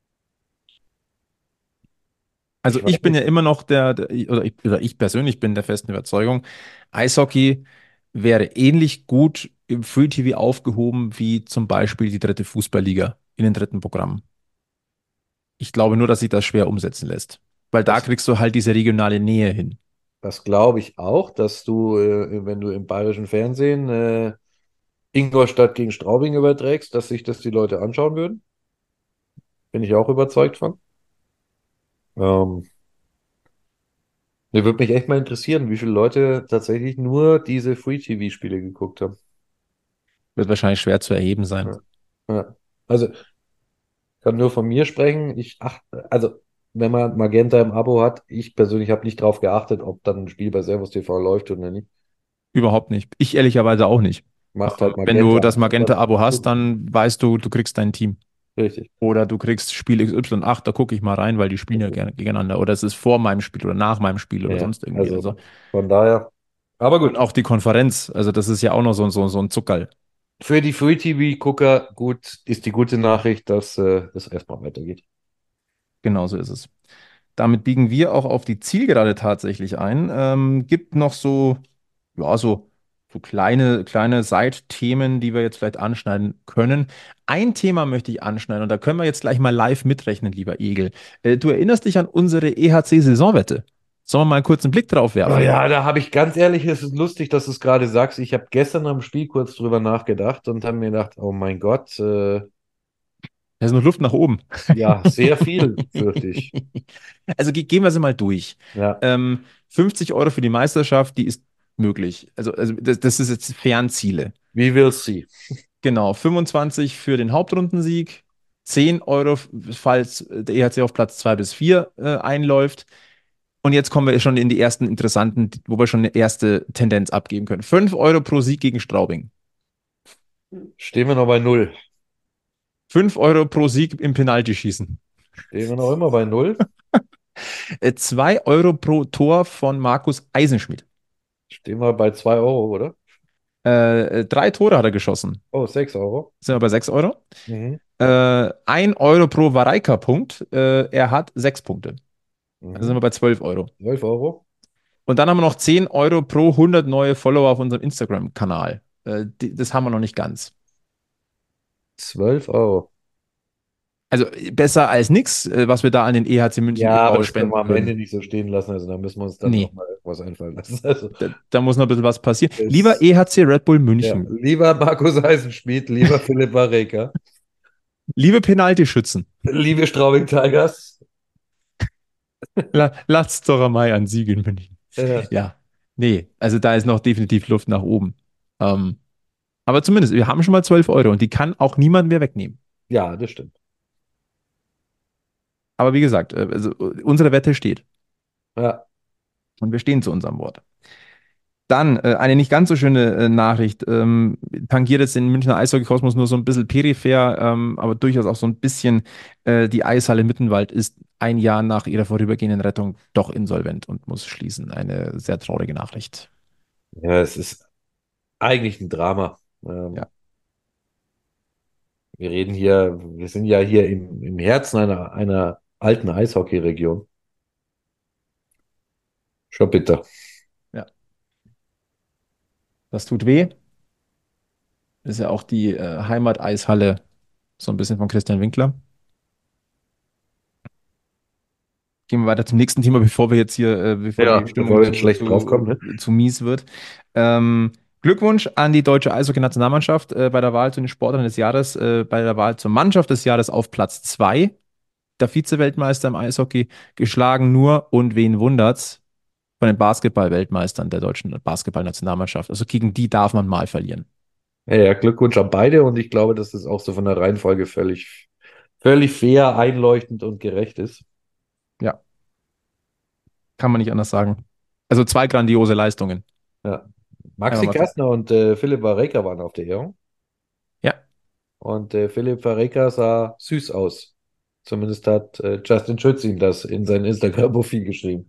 Also ich weiß ich bin ja nicht. immer noch der, der oder, ich, oder ich persönlich bin der festen Überzeugung, Eishockey wäre ähnlich gut im Free T V aufgehoben wie zum Beispiel die dritte Fußballliga in den dritten Programmen. Ich glaube nur, dass sich das schwer umsetzen lässt. Weil da Das, kriegst du halt diese regionale Nähe hin. das glaube ich auch, dass du, äh, wenn du im bayerischen Fernsehen äh, Ingolstadt gegen Straubing überträgst, dass sich das die Leute anschauen würden. Bin ich auch überzeugt von. Ähm, Mir würde mich echt mal interessieren, wie viele Leute tatsächlich nur diese Free-T V-Spiele geguckt haben. Wird wahrscheinlich schwer zu erheben sein. Ja. Ja. Also, ich kann nur von mir sprechen. Ich achte, also, wenn man Magenta im Abo hat, ich persönlich habe nicht drauf geachtet, ob dann ein Spiel bei Servus T V läuft oder nicht. Überhaupt nicht. Ich ehrlicherweise auch nicht. Machst Ähm, halt wenn du Magenta das an und dann Magenta-Abo hast, guckst du. dann weißt du, du kriegst dein Team. Richtig. Oder du kriegst Spiel X Y, ach, da gucke ich mal rein, weil die spielen ja gerne gegeneinander. Oder es ist vor meinem Spiel oder nach meinem Spiel oder Ja, sonst irgendwie. Also, also von daher. Aber und gut. auch die Konferenz, also das ist ja auch noch so, so, so ein Zuckerl. Für die Free-T V-Gucker gut, ist die gute Nachricht, dass äh, es erstmal weitergeht. Genau so ist es. Damit biegen wir auch auf die Zielgerade tatsächlich ein. Ähm, gibt noch so, ja, so, so kleine, kleine Seitthemen, die wir jetzt vielleicht anschneiden können. Ein Thema möchte ich anschneiden und da können wir jetzt gleich mal live mitrechnen, lieber Egel. Äh, du erinnerst dich an unsere E H C-Saisonwette? Sollen wir mal kurz einen Blick drauf Oh werfen? ja, da habe ich ganz ehrlich, es ist lustig, dass du es gerade sagst. Ich habe gestern am Spiel kurz drüber nachgedacht und habe mir gedacht, oh mein Gott, äh, Da ist noch Luft nach oben. ja, sehr viel, fürchte ich. Also ge gehen wir sie mal durch. Ja, Ähm, fünfzig Euro für die Meisterschaft, die ist möglich. Also, also das, das ist jetzt Fernziele. we will see. Genau, fünfundzwanzig für den Hauptrundensieg, zehn Euro, falls der E H C auf Platz zwei bis vier äh, einläuft. Und jetzt kommen wir schon in die ersten interessanten, wo wir schon eine erste Tendenz abgeben können. fünf Euro pro Sieg gegen Straubing. Stehen wir noch bei null. fünf Euro pro Sieg im Penaltyschießen. Stehen wir noch immer bei null. Äh, zwei Euro pro Tor von Markus Eisenschmidt. Stehen wir bei zwei Euro, oder? Äh, äh, drei Tore hat er geschossen. Oh, sechs Euro. Sind wir bei sechs Euro. Mhm. Äh, ein Euro pro Vareika-Punkt. Äh, er hat sechs Punkte. Also sind Mhm. wir bei zwölf Euro. zwölf Euro. Und dann haben wir noch zehn Euro pro hundert neue Follower auf unserem Instagram-Kanal. Äh, die, das haben wir noch nicht ganz. zwölf Euro. Also äh, besser als nichts, äh, was wir da an den E H C München Ja, aber e V das können wir spenden am Ende würden. nicht so stehen lassen. Also da müssen wir uns dann Nee, noch mal irgendwas einfallen lassen. Also da, da muss noch ein bisschen was passieren. das, Lieber E H C Red Bull ja, München, lieber Markus Eisenschmidt, lieber Philipp Vareka, liebe Penaltyschützen, liebe Straubing Tigers. la, lasst doch einmal an Sieg in München. Ja, Ja, nee, also da ist noch definitiv Luft nach oben. Ähm, aber zumindest, wir haben schon mal zwölf Euro und die kann auch niemand mehr wegnehmen. ja, das stimmt. Aber wie gesagt, äh, also äh, unsere Wette steht Ja, und wir stehen zu unserem Wort. Dann äh, eine nicht ganz so schöne äh, Nachricht. Ähm, tangiert jetzt den Münchner Eishockey-Kosmos nur so ein bisschen peripher, ähm, aber durchaus auch so ein bisschen. Äh, die Eishalle Mittenwald ist ein Jahr nach ihrer vorübergehenden Rettung doch insolvent und muss schließen. Eine sehr traurige Nachricht. ja, es ist eigentlich ein Drama. Ja. Ähm, wir reden hier, wir sind ja hier im, im Herzen einer, einer alten Eishockey-Region. Schon bitter. Ja, das tut weh. Das ist ja auch die äh, Heimat-Eishalle, so ein bisschen von Christian Winkler. Gehen wir weiter zum nächsten Thema, bevor wir jetzt hier, äh, bevor Ja, die bevor Stimmung wir jetzt zu, schlecht zu, draufkommen, ne? zu mies wird. Ähm, Glückwunsch an die deutsche Eishockey-Nationalmannschaft äh, bei der Wahl zu den Sportlern des Jahres, äh, bei der Wahl zur Mannschaft des Jahres auf Platz zwei. Der Vize-Weltmeister im Eishockey geschlagen nur, und wen wundert's, von den Basketball-Weltmeistern der deutschen Basketball-Nationalmannschaft. Also gegen die darf man mal verlieren. Ja, ja, Glückwunsch an beide und ich glaube, dass das auch so von der Reihenfolge völlig, völlig fair, einleuchtend und gerecht ist. Ja, kann man nicht anders sagen. Also zwei grandiose Leistungen. Ja. Einfach Maxi mal. Kastner und äh, Philipp Vareka waren auf der Ehrung Ja. und äh, Philipp Vareka sah süß aus. Zumindest hat äh, Justin Schütz ihm das in sein Instagram-Profil geschrieben.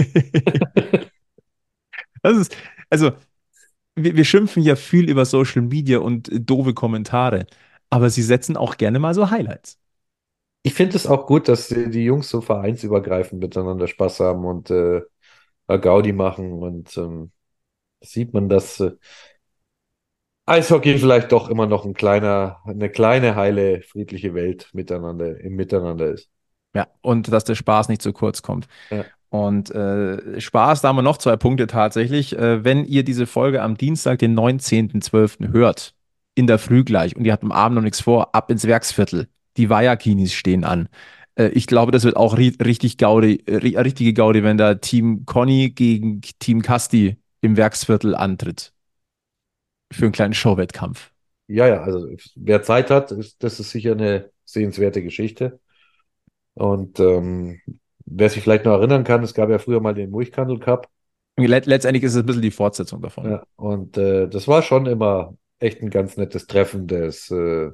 Das ist, also, wir, wir schimpfen ja viel über Social Media und äh, doofe Kommentare, aber sie setzen auch gerne mal so Highlights. Ich finde es auch gut, dass die, die Jungs so vereinsübergreifend miteinander Spaß haben und äh, Gaudi machen und ähm, sieht man, dass äh, Eishockey vielleicht doch immer noch ein kleiner, eine kleine, heile, friedliche Welt miteinander, im Miteinander ist. Ja, und dass der Spaß nicht zu kurz kommt. Ja. Und äh, Spaß, da haben wir noch zwei Punkte tatsächlich. Äh, wenn ihr diese Folge am Dienstag, den neunzehnten zwölften hört, in der Früh gleich, und ihr habt am Abend noch nichts vor, ab ins Werksviertel. Die Weiherkinis stehen an. Äh, ich glaube, das wird auch ri richtig Gaudi, äh, ri richtige Gaudi, wenn da Team Conny gegen Team Casti im Werksviertel antritt. Für einen kleinen Showwettkampf. Ja, ja, also wer Zeit hat, ist, das ist sicher eine sehenswerte Geschichte. Und ähm, wer sich vielleicht noch erinnern kann, es gab ja früher mal den Mulchkandel Cup. Let letztendlich ist es ein bisschen die Fortsetzung davon. Ja, und äh, das war schon immer echt ein ganz nettes Treffen, das äh,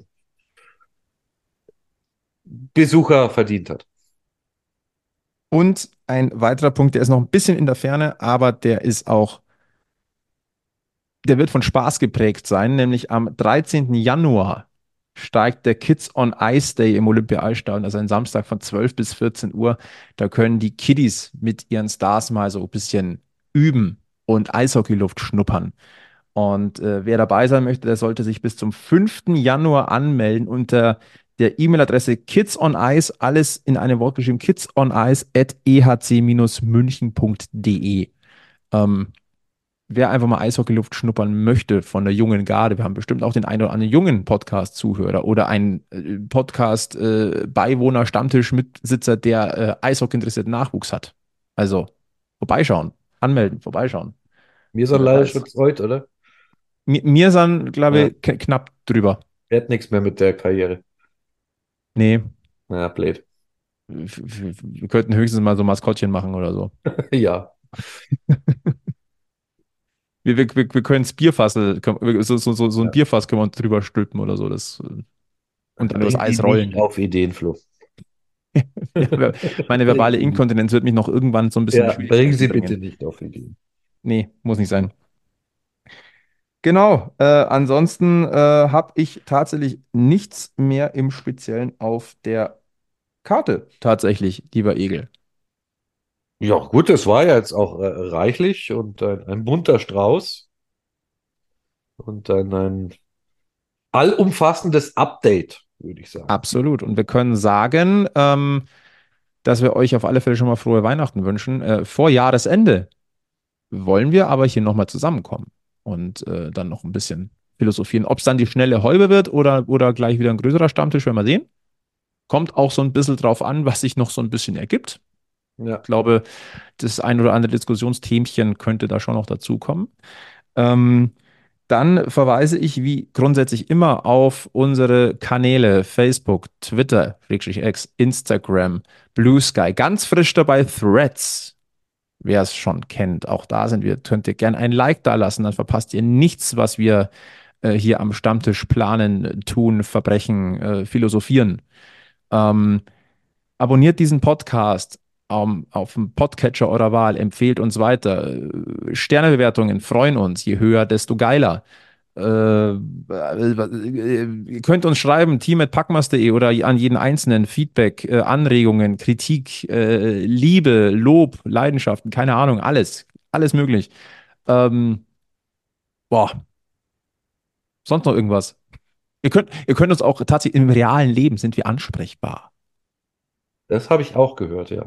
Besucher verdient hat. Und ein weiterer Punkt, der ist noch ein bisschen in der Ferne, aber der ist auch, der wird von Spaß geprägt sein, nämlich am dreizehnten Januar steigt der Kids on Ice Day im Olympia-Eisstadion, also ein Samstag von zwölf bis vierzehn Uhr. Da können die Kiddies mit ihren Stars mal so ein bisschen üben und Eishockeyluft schnuppern. Und äh, wer dabei sein möchte, der sollte sich bis zum fünften Januar anmelden unter der E-Mail-Adresse kidsoниce, alles in einem Wort geschrieben, kidsonice at e h c münchen punkt de. Ähm, wer einfach mal Eishockeyluft schnuppern möchte von der jungen Garde, wir haben bestimmt auch den einen oder anderen jungen Podcast-Zuhörer oder einen äh, Podcast-Beiwohner, Stammtisch-Mitsitzer, der äh, Eishockey-interessierten Nachwuchs hat. Also vorbeischauen, anmelden, vorbeischauen. Wir sind Wer leider weiß. schon zu alt, oder? Mi- Mir sind, glaube Ja. ich, k- knapp drüber. Er hat nichts mehr mit der Karriere. Nee, Na, blöd. f- f- wir könnten höchstens mal so Maskottchen machen oder so. Ja. Wir, wir, wir wir können das Bierfass, so, so, so, so ein Ja. Bierfass können wir uns drüber stülpen oder so. Das, äh, und dann übers Bring Eis die rollen. nicht auf Ideenfluss. Ja, meine verbale Inkontinenz wird mich noch irgendwann so ein bisschen Ja, schwierig bringen Sie bringen. bitte nicht auf Ideen. Nee, muss nicht sein. Genau, äh, ansonsten äh, habe ich tatsächlich nichts mehr im Speziellen auf der Karte, tatsächlich, lieber Egel. Ja, gut, das war ja jetzt auch äh, reichlich und ein, ein bunter Strauß und ein, ein allumfassendes Update, würde ich sagen. Absolut. Und wir können sagen, ähm, dass wir euch auf alle Fälle schon mal frohe Weihnachten wünschen. Äh, vor Jahresende wollen wir aber hier nochmal zusammenkommen und äh, dann noch ein bisschen philosophieren. Ob es dann die schnelle Häube wird oder, oder gleich wieder ein größerer Stammtisch, werden wir sehen. Kommt auch so ein bisschen drauf an, was sich noch so ein bisschen ergibt. Ja. Ich glaube, das ein oder andere Diskussionsthemchen könnte da schon noch dazukommen. Ähm, Dann verweise ich wie grundsätzlich immer auf unsere Kanäle Facebook, Twitter, X, Instagram, Blue Sky. Ganz frisch dabei Threads, wer es schon kennt. Auch da sind wir. Könnt ihr gerne ein Like da lassen, dann verpasst ihr nichts, was wir äh, hier am Stammtisch planen, tun, verbrechen, äh, philosophieren. Ähm, Abonniert diesen Podcast ähm, auf dem Podcatcher eurer Wahl, empfehlt uns weiter. Äh, Sternebewertungen freuen uns. Je höher, desto geiler. Äh, äh, ihr könnt uns schreiben, team at packmas punkt de oder an jeden Einzelnen Feedback, äh, Anregungen, Kritik, äh, Liebe, Lob, Leidenschaften, keine Ahnung, alles. Alles möglich. Ähm, boah. Sonst noch irgendwas? Ihr könnt, ihr könnt uns auch tatsächlich im realen Leben sind wir ansprechbar. Das habe ich auch gehört, ja.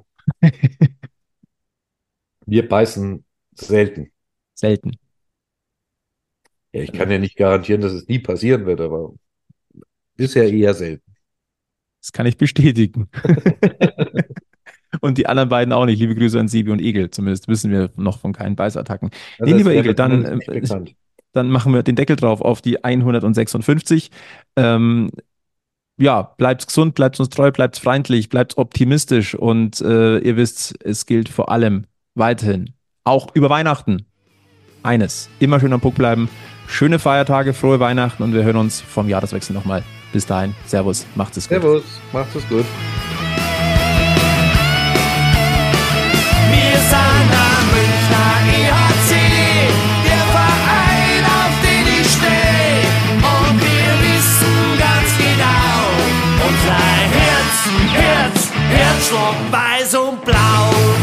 Wir beißen selten. Selten. Ja, ich kann ja nicht garantieren, dass es nie passieren wird, aber ist ja eher selten. Das kann ich bestätigen. Und die anderen beiden auch nicht. Liebe Grüße an Sibi und Egel. Zumindest wissen wir noch von keinen Beißattacken. Also Nee, es lieber wäre Egel, dann, zumindest nicht äh, bekannt. dann machen wir den Deckel drauf auf die hundertsechsundfünfzig. Ähm, ja, bleibt gesund, bleibt uns treu, bleibt freundlich, bleibt optimistisch und äh, ihr wisst, es gilt vor allem weiterhin, auch über Weihnachten, eines, immer schön am Puck bleiben, schöne Feiertage, frohe Weihnachten und wir hören uns vom Jahreswechsel nochmal. Bis dahin, Servus, macht es gut. Servus, macht es gut. Wir sind am Münchner E H C, der Verein, auf den ich stehe. Und wir wissen ganz genau, unser Herz, Herz, Herzschlag weiß und blau.